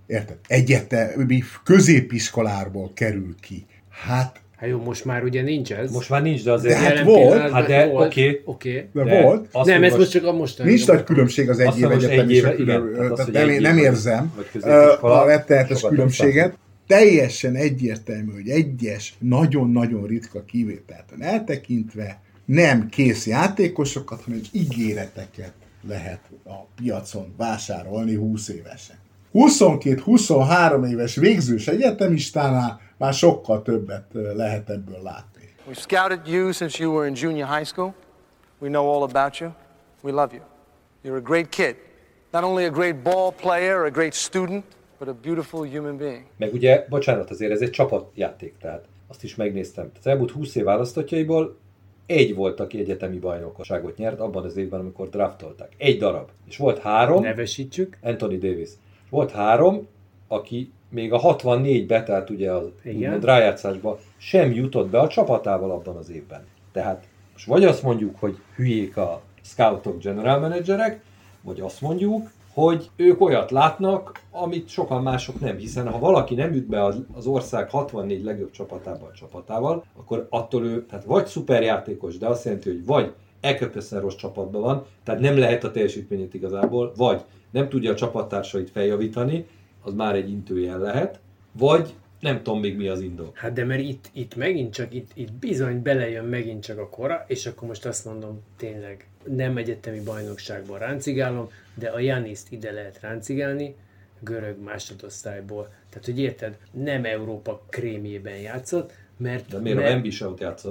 C: egyetemi középiskolából kerül ki. Hát
B: jó, most már ugye nincs ez.
D: Most már nincs, de azért...
C: De hát volt.
D: Hát de
B: oké.
C: De volt.
B: Nem, ez most csak a mostani.
C: Nincs nagy különbség az egy év egyetem és a különbség. Nem érzem a rettenetes különbséget. Teljesen egyértelmű, hogy egyes, nagyon-nagyon ritka kivételten eltekintve nem kész játékosokat, hanem ígéreteket lehet a piacon vásárolni 20 évesen. 22-23 éves végzős egyetemistánál már sokkal többet lehet ebből látni.
H: We've scouted you since you were in junior high school. We know all about you. We love you. You're a great kid. Not only a great ball player, a great student, but a beautiful human being.
D: Meg ugye, bocsánat, azért ez egy csapatjáték, tehát azt is megnéztem. Az elmúlt 20 év választottjaiból egy volt, aki egyetemi bajnokságot nyert abban az évben, amikor draftolták. Egy darab. És volt 3.
B: Nevesítsük.
D: Anthony Davis. Volt 3, aki még a 64-be, tehát ugye a rájátszásba sem jutott be a csapatával abban az évben. Tehát most vagy azt mondjuk, hogy hülyék a scoutok, general managerek, vagy azt mondjuk, hogy ők olyat látnak, amit sokan mások nem, hiszen ha valaki nem jut be az ország 64 legjobb csapatával, akkor attól ő, tehát vagy szuperjátékos, de azt jelenti, hogy vagy elképesztően rossz csapatban van, tehát nem lehet a teljesítményét igazából, vagy nem tudja a csapattársait feljavítani, az már egy intőjel lehet, vagy nem tudom még mi az indok.
B: Hát de mert itt megint csak, itt bizony belejön megint csak a kora, és akkor most azt mondom, tényleg nem egyetemi bajnokságban ráncigálom, de a Gianniszt ide lehet ráncigálni, görög másodosztályból. Tehát, hogy érted, nem Európa krémjében játszott, mert...
D: De miért a Wemby-t játszott?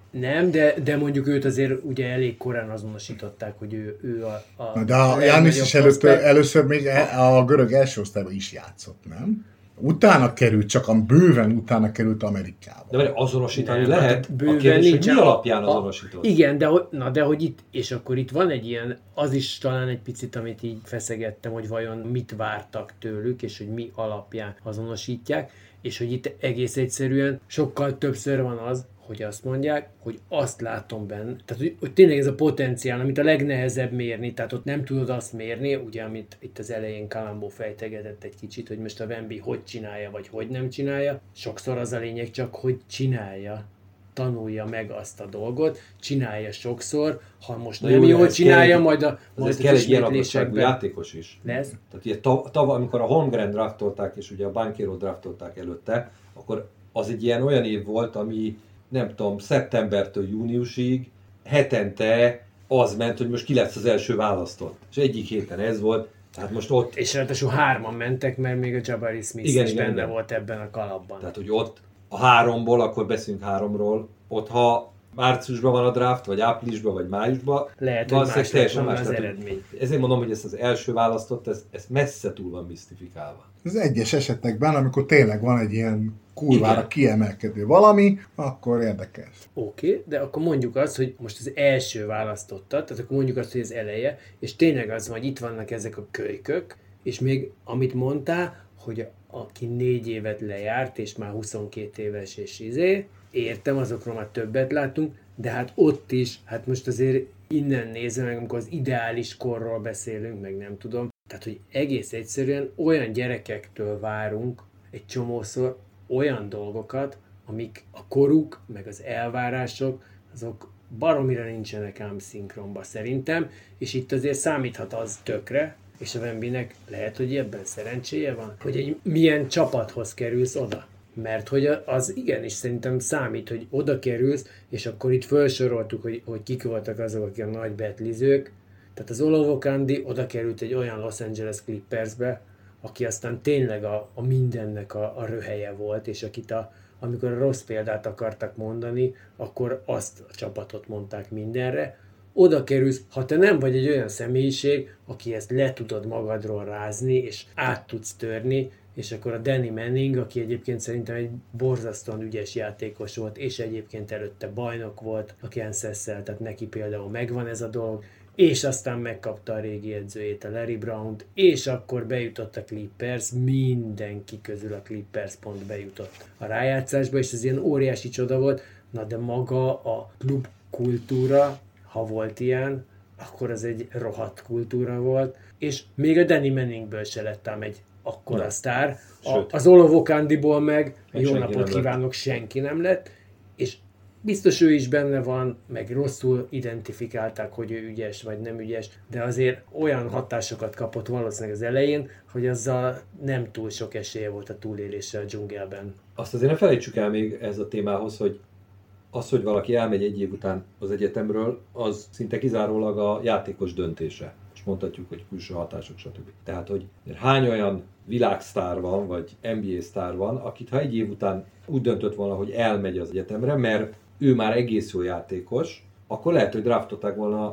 F: Nem, de mondjuk őt azért ugye elég korán azonosították, hogy ő a
C: de a Giannis is először még a görög első osztályban is játszott, nem? Utána került, csak bőven utána került Amerikába.
D: De várj, azonosítani lehet? Bőven a kérdés, hogy mi alapján azonosított?
F: Igen, de hogy itt, és akkor itt van egy ilyen, az is talán egy picit, amit így feszegettem, hogy vajon mit vártak tőlük, és hogy mi alapján azonosítják, és hogy itt egész egyszerűen sokkal többször van az, hogy azt mondják, hogy azt látom benne, tehát hogy tényleg ez a potenciál, amit a legnehezebb mérni, tehát ott nem tudod azt mérni, ugye, amit itt az elején Kalambó fejtegetett egy kicsit, hogy most a Wemby hogy csinálja, vagy hogy nem csinálja, sokszor az a lényeg csak, hogy csinálja, tanulja meg azt a dolgot, csinálja sokszor, ha most nem jól csinálja, majd az
D: kell egy ilyen adottságú játékos is.
F: Lesz?
D: Tehát ugye tavaly, amikor a Holmgren draftolták, és ugye a Banchero draftolták előtte, akkor az egy ilyen olyan év volt, ami nem tudom, szeptembertől júniusig hetente az ment, hogy most ki lesz az első választott. És egyik héten ez volt, tehát most ott...
F: És ráadásul 3-an mentek, mert még a Jabari Smith is benne volt ebben a kalapban.
D: Tehát, hogy ott a 3-ból, akkor beszélünk 3-ról, ott ha márciusban van a draft, vagy áprilisban, vagy májusban,
F: lehet, hogy más teljesen más az eredmény.
D: Ezért mondom, hogy ezt az első választott, ez messze túl van misztifikálva.
C: Ez egyes esetekben, amikor tényleg van egy ilyen kurvára kiemelkedő valami, akkor érdekes.
F: Oké, de akkor mondjuk azt, hogy most az első választottad, tehát akkor mondjuk azt, hogy az eleje, és tényleg az, hogy itt vannak ezek a kölykök, és még amit mondtál, hogy aki 4 évet lejárt, és már 22 éves, és értem, azokról már többet látunk, de hát ott is, hát most azért innen nézve meg, amikor az ideális korról beszélünk, meg nem tudom, tehát, hogy egész egyszerűen olyan gyerekektől várunk egy csomószor olyan dolgokat, amik a koruk, meg az elvárások, azok baromira nincsenek ám szinkronba szerintem, és itt azért számíthat az tökre, és a Wembynek lehet, hogy ebben szerencséje van, hogy egy milyen csapathoz kerülsz oda. Mert hogy az igenis szerintem számít, hogy oda kerülsz, és akkor itt felsoroltuk, hogy kik voltak azok, akik a nagy betlizők. Tehát az Olavo Kandi oda került egy olyan Los Angeles Clippersbe, aki aztán tényleg a mindennek a röhelye volt, és akit amikor a rossz példát akartak mondani, akkor azt a csapatot mondták mindenre. Oda kerülsz, ha te nem vagy egy olyan személyiség, aki ezt le tudod magadról rázni, és át tudsz törni, és akkor a Danny Manning, aki egyébként szerintem egy borzasztóan ügyes játékos volt, és egyébként előtte bajnok volt a Kansas-szel, tehát neki például megvan ez a dolog, és aztán megkapta a régi edzőjét, a Larry Brownt, és akkor bejutott a Clippers, mindenki közül a Clippers pont bejutott a rájátszásba, és ez ilyen óriási csoda volt, na de maga a klub kultúra, ha volt ilyen, akkor az egy rohadt kultúra volt, és még a Danny Manningből se lett ám egy akkora sztár, az Olavo Kandiból meg jó napot kívánok, senki nem lett, és biztos ő is benne van, meg rosszul identifikálták, hogy ő ügyes vagy nem ügyes, de azért olyan hatásokat kapott valószínűleg az elején, hogy azzal nem túl sok esélye volt a túlélésre a dzsungelben.
D: Azt azért ne felejtsük el még ez a témához, hogy az, hogy valaki elmegy egy év után az egyetemről, az szinte kizárólag a játékos döntése. És mondhatjuk, hogy külső hatások, stb. Tehát, hogy hány olyan világsztár van, vagy NBA sztár van, akit ha egy év után úgy döntött volna, hogy elmegy az egyetemre, mert ő már egész jó játékos, akkor lehet, hogy draftolták volna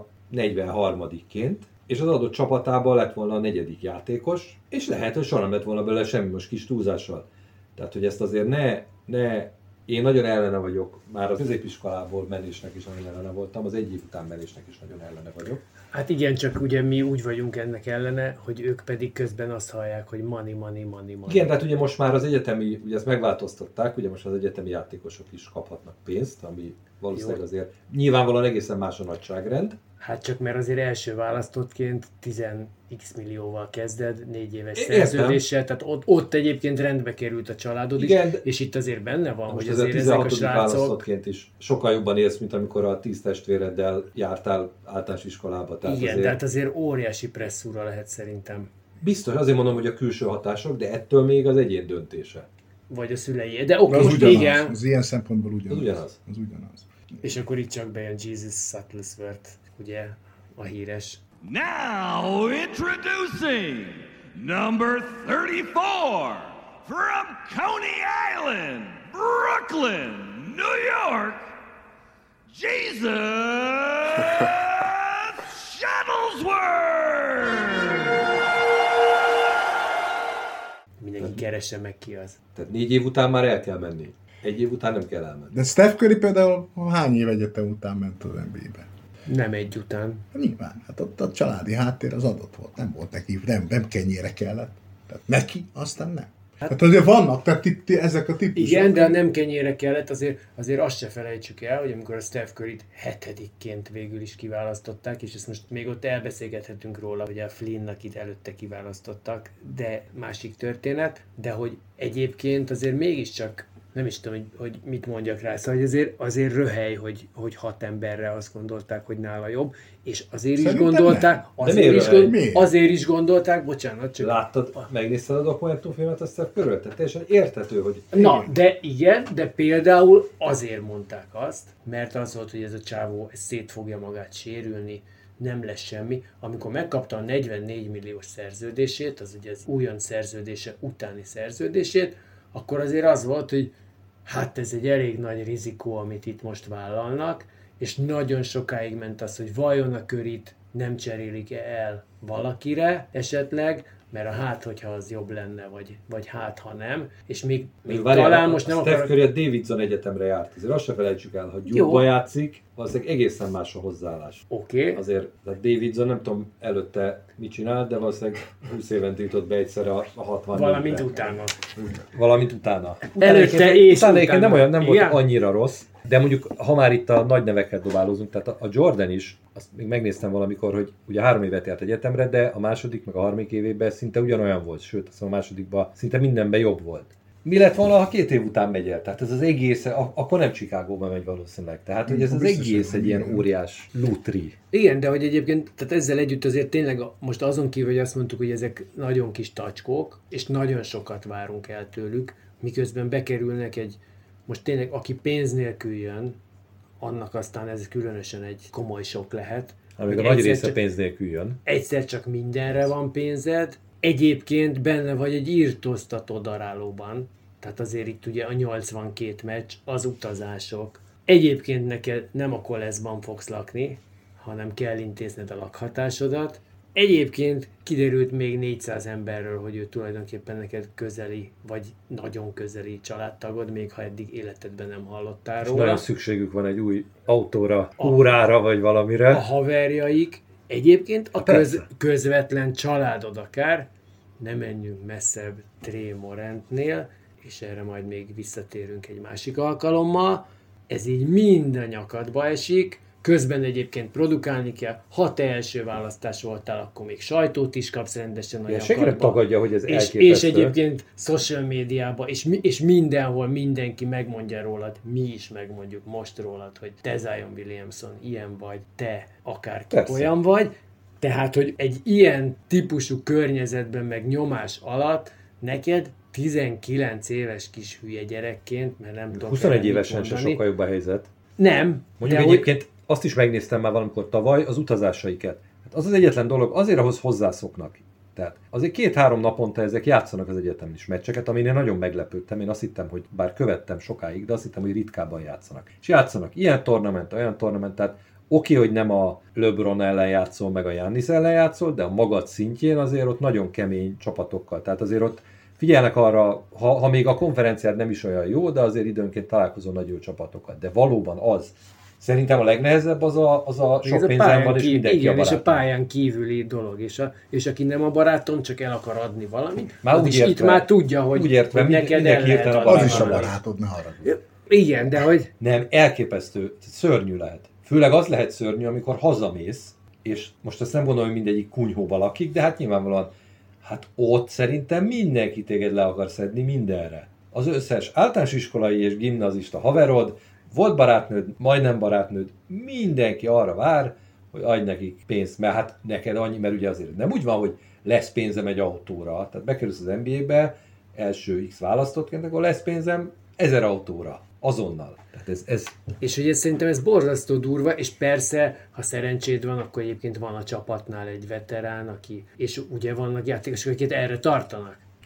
D: 43-ként, és az adott csapatában lett volna a 4. játékos, és lehet, hogy soha nem lett volna belőle semmi, most kis túlzással. Tehát, hogy ezt azért ne én nagyon ellene vagyok, már a középiskolából menésnek is nagyon ellene voltam, az egy év után menésnek is nagyon ellene vagyok.
F: Hát igen, csak ugye mi úgy vagyunk ennek ellene, hogy ők pedig közben azt hallják, hogy money.
D: Igen, tehát ugye most már az egyetemi, ugye ezt megváltoztatták, ugye most az egyetemi játékosok is kaphatnak pénzt, ami valószínűleg azért nyilvánvalóan egészen más a nagyságrend.
F: Hát csak mert azért első választottként 10x millióval kezded, 4 éves szerződéssel, tehát ott egyébként rendbe került a családod is, és itt azért benne van, hogy azért ezek a srácok...
D: választottként is sokkal jobban élsz, mint amikor a 10 testvéreddel jártál általános iskolába. Tehát
F: igen, tehát azért óriási presszúra lehet szerintem.
D: Biztos, azért mondom, hogy a külső hatások, de ettől még az egyén döntése.
F: Vagy a szülei. De oké,
C: most ugyanaz.
F: Igen.
C: Az ilyen szempontból
D: ugyanaz.
C: Az ugyanaz.
F: És akkor itt csak bejön Jesus Shuttlesworth, ugye a híres.
A: Now introducing number 34 from Coney Island, Brooklyn, New York, Jesus Shuttlesworth!
F: Mindenki keresse meg ki az.
D: Tehát 4 év után már el kell menni. 1 év után nem kell elmenni.
C: De Steph Curry például hány év egyetem után ment az NBA-be?
F: Nem egy után.
C: Nyilván, hát ott a családi háttér az adott volt. Nem volt neki, nem kenyére kellett. Tehát neki, aztán nem. Hát azért vannak, tehát ezek a típusok.
F: Igen, de nem kenyére kellett, azért azt se felejtsük el, hogy amikor a Steph Curryt 7-ként végül is kiválasztották, és ezt most még ott elbeszélgethetünk róla, hogy a Flynn, akit előtte kiválasztottak, de másik történet, de hogy egyébként azért mégiscsak nem is tudom, hogy mit mondjak rá, szóval azért röhely, hogy 6 emberre azt gondolták, hogy nála jobb, és azért
C: Szerintem
F: is gondolták, azért is gondolták, bocsánat, csak...
D: Láttad, megnézted a dokumentumfilmet a Steph Curryről? Tehát teljesen érthető, hogy...
F: Na, de igen, de például azért mondták azt, mert az volt, hogy ez a csávó szét fogja magát sérülni, nem lesz semmi. Amikor megkapta a 44 milliós szerződését, az ugye az újon szerződése utáni szerződését, akkor azért az volt, hogy hát ez egy elég nagy rizikó, amit itt most vállalnak, és nagyon sokáig ment az, hogy vajon a Curryt nem cserélik el valakire esetleg, mert hogyha az jobb lenne, vagy ha nem, és még talán most nem
D: Steph Curry a Davidson Egyetemre járt, azért azt se felejtsük el, hogy Duke-ba játszik, valószínűleg egészen más a hozzáállás.
F: Oké.
D: Azért, de Davidson nem tudom előtte mit csinált, de valószínűleg 20 évente jutott be egyszer a 60
F: Valamint utána.
D: Valamint utána.
F: Előtte és utána.
D: Nem volt annyira rossz, de mondjuk, ha már itt a nagy neveket dobálózunk, tehát a Jordan is, azt még megnéztem valamikor, hogy ugye 3 évet járt egyetemre, de a második, meg a harmadik évében szinte ugyanolyan volt, sőt, a másodikban szinte mindenben jobb volt. Mi lett volna, ha 2 év után megy el? Tehát ez az egész, akkor nem Chicagóba megy valószínűleg. Tehát, hogy ez az egész egy ilyen óriás lútri.
F: Igen, de hogy egyébként, tehát ezzel együtt azért tényleg most azon kívül, hogy azt mondtuk, hogy ezek nagyon kis tacskók, és nagyon sokat várunk el tőlük, miközben bekerülnek most tényleg, aki pénz nélkül jön, annak aztán ez különösen egy komoly sok lehet.
D: Amíg a nagy része pénz nélkül jön.
F: Egyszer csak mindenre van pénzed, egyébként benne vagy egy írtóztató darálóban, tehát azért itt ugye a 82 meccs, az utazások. Egyébként neked nem a koleszban fogsz lakni, hanem kell intézned a lakhatásodat. Egyébként kiderült még 400 emberről, hogy ő tulajdonképpen neked közeli, vagy nagyon közeli családtagod, még ha eddig életedben nem hallottál róla.
D: Nagyon szükségük van egy új autóra, órára, vagy valamire.
F: A haverjaik, egyébként a közvetlen családod akár, ne menjünk messzebb Trey Morantnél, és erre majd még visszatérünk egy másik alkalommal. Ez így mind a nyakadba esik, közben egyébként produkálni kell, ha te első választás voltál, akkor még sajtót is kapsz rendesen a
D: nyakadba. Senki tagadja, hogy ez elképesztő.
F: És egyébként social médiában, és mindenhol mindenki megmondja rólad, mi is megmondjuk most rólad, hogy te Zion Williamson ilyen vagy, te akárki olyan vagy. Tehát, hogy egy ilyen típusú környezetben meg nyomás alatt neked 19 éves kis hülye gyerekként, mert nem tudom.
D: 21 évesen sem sokkal jobb a helyzet.
F: Nem.
D: Mondjuk egyébként azt is megnéztem már valamikor tavaly, az utazásaikat. Hát az egyetlen dolog, azért ahhoz hozzászoknak. Tehát azért 2-3 naponta ezek játszanak az egyetemen is meccseket, amin én nagyon meglepődtem. Én azt hittem, hogy bár követtem sokáig, de azt hittem, hogy ritkábban játszanak. És játszanak ilyen tornament, olyan tornament, tehát oké, hogy nem a LeBron ellen játszol, meg a Giannis ellen játszol, de a magad szintjén azért ott nagyon kemény csapatokkal. Tehát azért ott figyelnek arra, ha még a konferenciád nem is olyan jó, de azért időnként találkozol nagy jó csapatokat. De valóban az. Szerintem a legnehezebb az a sok pénzem van, és mindenki
F: igen,
D: a barátom.
F: És a pályán kívüli dolog. És aki nem a barátom, csak el akar adni valamit,
D: már
F: az is itt már tudja, hogy neked el lehet adni.
C: Az is a barátod, ne haragudj.
F: Igen, de hogy...
D: Nem, elképesztő, szörnyű lehet. Főleg az lehet szörnyű, amikor hazamész, és most azt nem gondolom, hogy mindegyik kunyhóba lakik, de hát nyilvánvalóan, hát ott szerintem mindenki téged le akar szedni mindenre. Az összes általános iskolai és gimnazista haverod, volt barátnőd, majdnem barátnőd, mindenki arra vár, hogy adj nekik pénzt, mert hát neked annyi, mert ugye azért nem úgy van, hogy lesz pénzem egy autóra, tehát bekerülsz az NBA-be, első X választottként, akkor lesz pénzem 1000 autóra, azonnal. Tehát ez...
F: És ugye szerintem ez borzasztó durva, és persze, ha szerencséd van, akkor egyébként van a csapatnál egy veterán, és ugye vannak játékosok, akiket erre tartanak.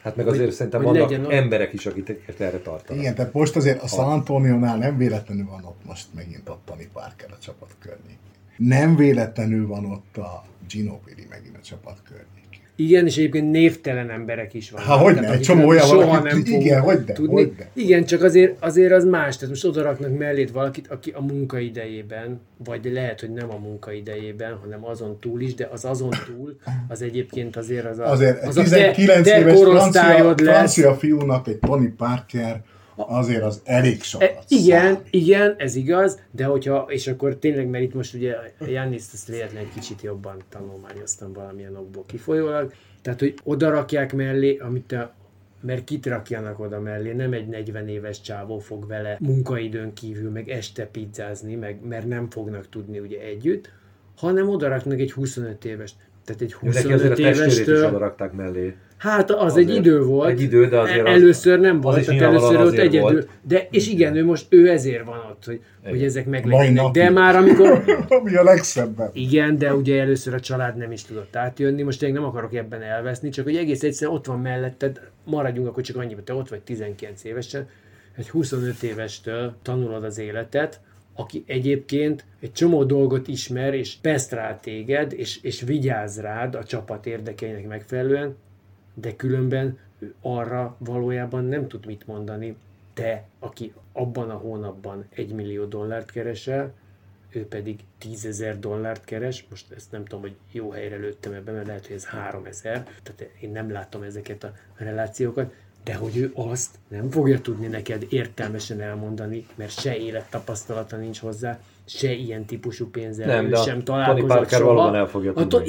D: Hát meg azért szerintem vannak emberek is, akiket erre tartanak.
C: Igen, tehát most azért a San Antonio-nál nem véletlenül van ott most megint a Tony Parker a csapat környékén. Nem véletlenül van ott a Ginobili megint a csapat környékén.
F: Igen, és egyébként névtelen emberek is vannak.
C: Hogyne, egy csomó olyan valaki, igen, hogyne.
F: Igen, csak azért az más. Tehát most odaraknak mellét valakit, aki a munkaidejében, vagy lehet, hogy nem a munkaidejében, hanem azon túl is, de az azon túl, az egyébként azért az
C: 19 éves francia fiúnak egy Tony Parker, azért az elég sokat
F: Igen, ez igaz, de hogyha, és akkor tényleg, mert itt most ugye Gianniszt ezt véletlenül kicsit jobban tanulmányoztam valamilyen okból kifolyólag, tehát, hogy oda rakják mellé, mert kit rakjanak oda mellé, nem egy 40 éves csávó fog vele munkaidőn kívül, meg este pizzázni, mert nem fognak tudni ugye együtt, hanem oda raknak egy 25 évest. Tehát egy 25 évestől...
D: is oda rakták mellé.
F: Hát az egy idő volt.
D: Egy idő, de azért
F: először nem volt, tehát először ott egyedül. Volt. De, és igen, ő ezért van ott, hogy ezek meglegyenek. De már amikor...
C: Ami a legszebben.
F: Igen, de ugye először a család nem is tudott átjönni. Most én nem akarok ebben elveszni, csak hogy egész egyszerűen ott van melletted, maradjunk akkor csak annyiban, te ott vagy 19 évesen, egy 25 évestől tanulod az életet, aki egyébként egy csomó dolgot ismer, és peszt rá téged, és vigyáz rád a csapat érdekeinek megfelelően, de különben arra valójában nem tud mit mondani. Te, aki abban a hónapban $1 millió keresel, ő pedig $10,000 keres, most ezt nem tudom, hogy jó helyre lőttem ebben, mert lehet, hogy ez 3000, tehát én nem látom ezeket a relációkat, de hogy ő azt nem fogja tudni neked értelmesen elmondani, mert se élettapasztalata nincs hozzá, se ilyen típusú pénzzel sem találkozott
D: Tony Parker
F: soha.
D: valóban el fogja tudni.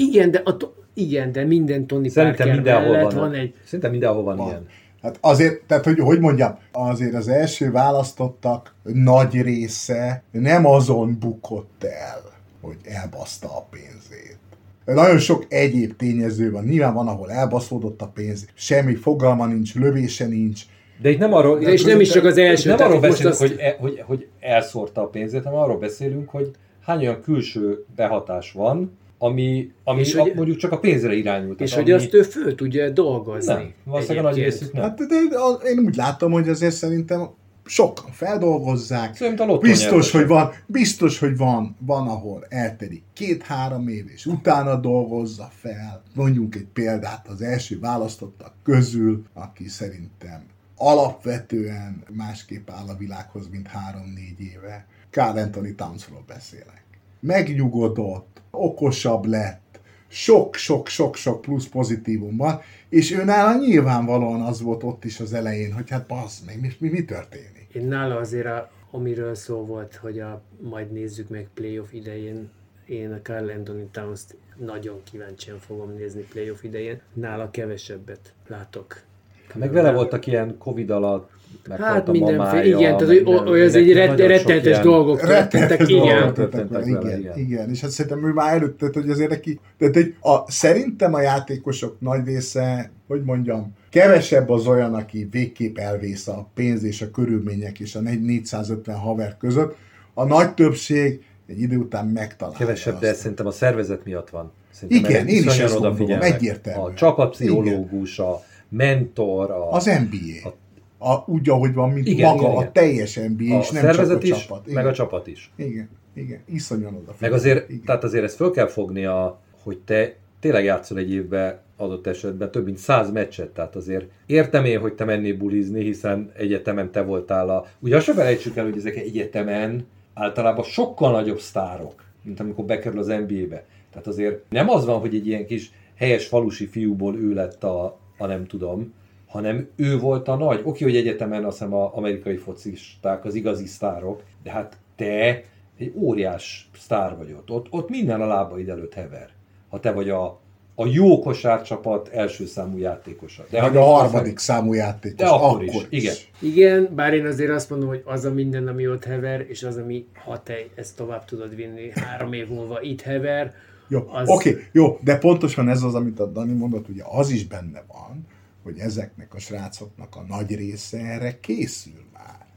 F: Igen, de minden Tony Parker mellett van egy...
D: Szerintem mindenhol van ilyen.
C: Hát azért, tehát hogy mondjam, azért az első választottak nagy része nem azon bukott el, hogy elbaszta a pénzét. Nagyon sok egyéb tényező van, nyilván van, ahol elbaszódott a pénz, semmi fogalma nincs, lövése nincs.
D: De itt nem arról,
F: és nem is csak az első.
D: Nem arról beszélünk, hogy elszórta a pénzét, hanem arról beszélünk, hogy hány olyan külső behatás van, ami mondjuk csak a pénzre irányult.
F: És hogy azt ő föl tudja dolgozni.
D: Nem, valószínűleg a nagy részük nem.
C: Hát, de én úgy látom, hogy azért szerintem sokan feldolgozzák. Biztos, hogy van, ahol eltelik 2-3 év, és utána dolgozza fel. Mondjunk egy példát az első választottak közül, aki szerintem alapvetően másképp áll a világhoz, mint 3-4 éve. Karl Anthony Townsról beszélek. Megnyugodott, okosabb lett, sok plusz pozitívum van, és ő nála nyilvánvalóan az volt ott is az elején, hogy hát bassz meg, mi történik?
F: Én nála azért, amiről szó volt, hogy majd nézzük meg playoff idején, én a Karl Anthony Towns-t nagyon kíváncsian fogom nézni playoff idején, nála kevesebbet látok.
D: Meg vele voltak ilyen Covid alatt,
F: hát mindenféle, igen, tehát az egy rettenetes dolgok történtek,
C: igen, és hát szerintem ő már előtt, hogy azért neki, szerintem a játékosok nagy része, hogy mondjam, kevesebb az olyan, aki végképp elvész a pénz és a körülmények és a 450 haver között, a nagy többség egy idő után megtalálja.
D: Kevesebb, de szerintem a szervezet miatt van.
C: Szerintem igen, én is ezt gondolom, egyértelmű.
D: A csapatpszichológus, a mentor,
C: az NBA. Úgy, ahogy van, mint igen, maga igen. A teljes NBA, és nem csak a
D: is,
C: csapat.
D: Igen. Meg a csapat is.
C: Igen, iszonyan odafigyel.
D: Meg azért, tehát azért ezt föl kell fogni, hogy te tényleg játszol egy évben adott esetben több mint 100 meccset, tehát azért értem én, hogy te mennél bulizni, hiszen egyetemen te voltál ugye azt se felejtsük el, hogy ezek egyetemen általában sokkal nagyobb sztárok, mint amikor bekerül az NBA-be. Tehát azért nem az van, hogy egy ilyen kis helyes falusi fiúból ő lett a nem tudom, hanem ő volt a nagy. Oké, hogy egyetemen azt hiszem az amerikai focisták az igazi sztárok, de hát te egy óriás sztár vagy ott minden a lábaid előtt hever. Ha te vagy a jó kosárcsapat első számú játékosa.
C: De a harmadik számú játékos.
D: De akkor is. Igen.
F: Igen, bár én azért azt mondom, hogy az a minden, ami ott hever, és az, ami ha te ezt tovább tudod vinni 3 év múlva itt hever.
C: Jó, de pontosan ez az, amit a Dani mondott, ugye az is benne van, hogy ezeknek a srácoknak a nagy része erre készül már.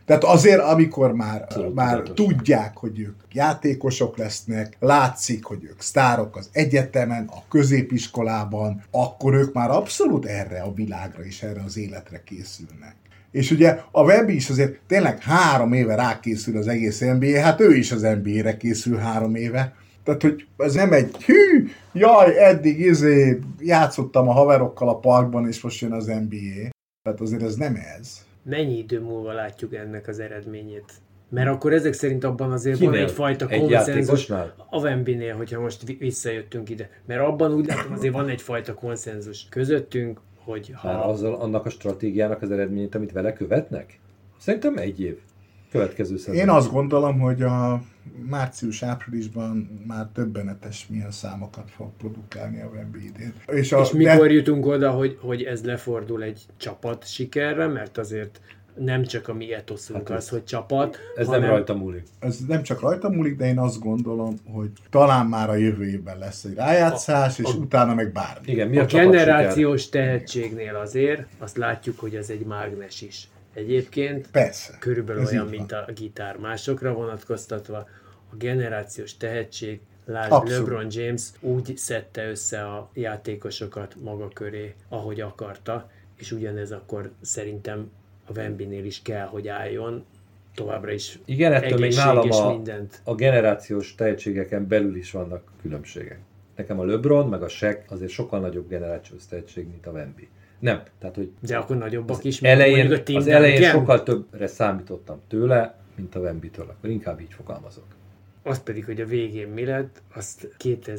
C: Tehát azért, amikor már tudják, hogy ők játékosok lesznek, látszik, hogy ők sztárok az egyetemen, a középiskolában, akkor ők már abszolút erre a világra és erre az életre készülnek. És ugye a Wemby is azért tényleg 3 éve rákészül az egész NBA, hát ő is az NBA-re készül 3 éve. Tehát, hogy ez nem egy eddig játszottam a haverokkal a parkban, és most jön az NBA. Tehát azért ez nem ez.
F: Mennyi idő múlva látjuk ennek az eredményét? Mert akkor ezek szerint abban azért van egyfajta konszenzus a Wembynél, hogyha most visszajöttünk ide. Mert abban úgy látom, azért van egyfajta konszenzus közöttünk, hogy ha...
D: Már azzal annak a stratégiának az eredményét, amit vele követnek? Szerintem 1 év. Következő szezon.
C: Én azt gondolom, hogy a március-áprilisban már döbbenetes milyen számokat fog produkálni a Wemby idén.
F: És mikor jutunk oda, hogy ez lefordul egy csapat sikerre, mert azért nem csak a mi etoszunk az, hogy csapat.
D: Ez nem rajta múlik.
C: Ez nem csak rajta múlik, de én azt gondolom, hogy talán már a jövő évben lesz egy rájátszás, és utána meg bármi.
F: Igen, a generációs tehetségnél azért azt látjuk, hogy ez egy mágnes is. Egyébként
C: persze,
F: körülbelül olyan, mint a gitár. Másokra vonatkoztatva, a generációs tehetség, lásd, LeBron James úgy szedte össze a játékosokat maga köré, ahogy akarta, és ugyanez akkor szerintem a Wembynél is kell, hogy álljon, továbbra is.
D: Igen, ettől még nálam
F: mindent.
D: A generációs tehetségeken belül is vannak különbségek. Nekem a LeBron meg a Shaq azért sokkal nagyobb generációs tehetség, mint a Wemby. Nem, tehát hogy...
F: De akkor nagyobbak is,
D: az elején sokkal többre számítottam tőle, mint a Wembytől, akkor inkább így fogalmazok.
F: Az pedig, hogy a végén mi lett, azt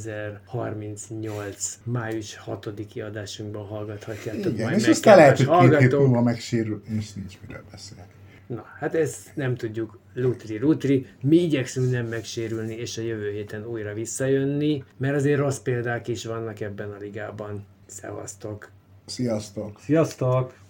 F: 2038. május 6-i adásunkban hallgathatjátok.
C: Igen, és aztán lehet, hogy 2 hét múlva megsérül, és nincs miről beszélni.
F: Na, hát ezt nem tudjuk lutri. Mi igyekszünk nem megsérülni, és a jövő héten újra visszajönni, mert azért rossz példák is vannak ebben a ligában. Szevasztok!
C: Sziasztok!
D: Sziasztok!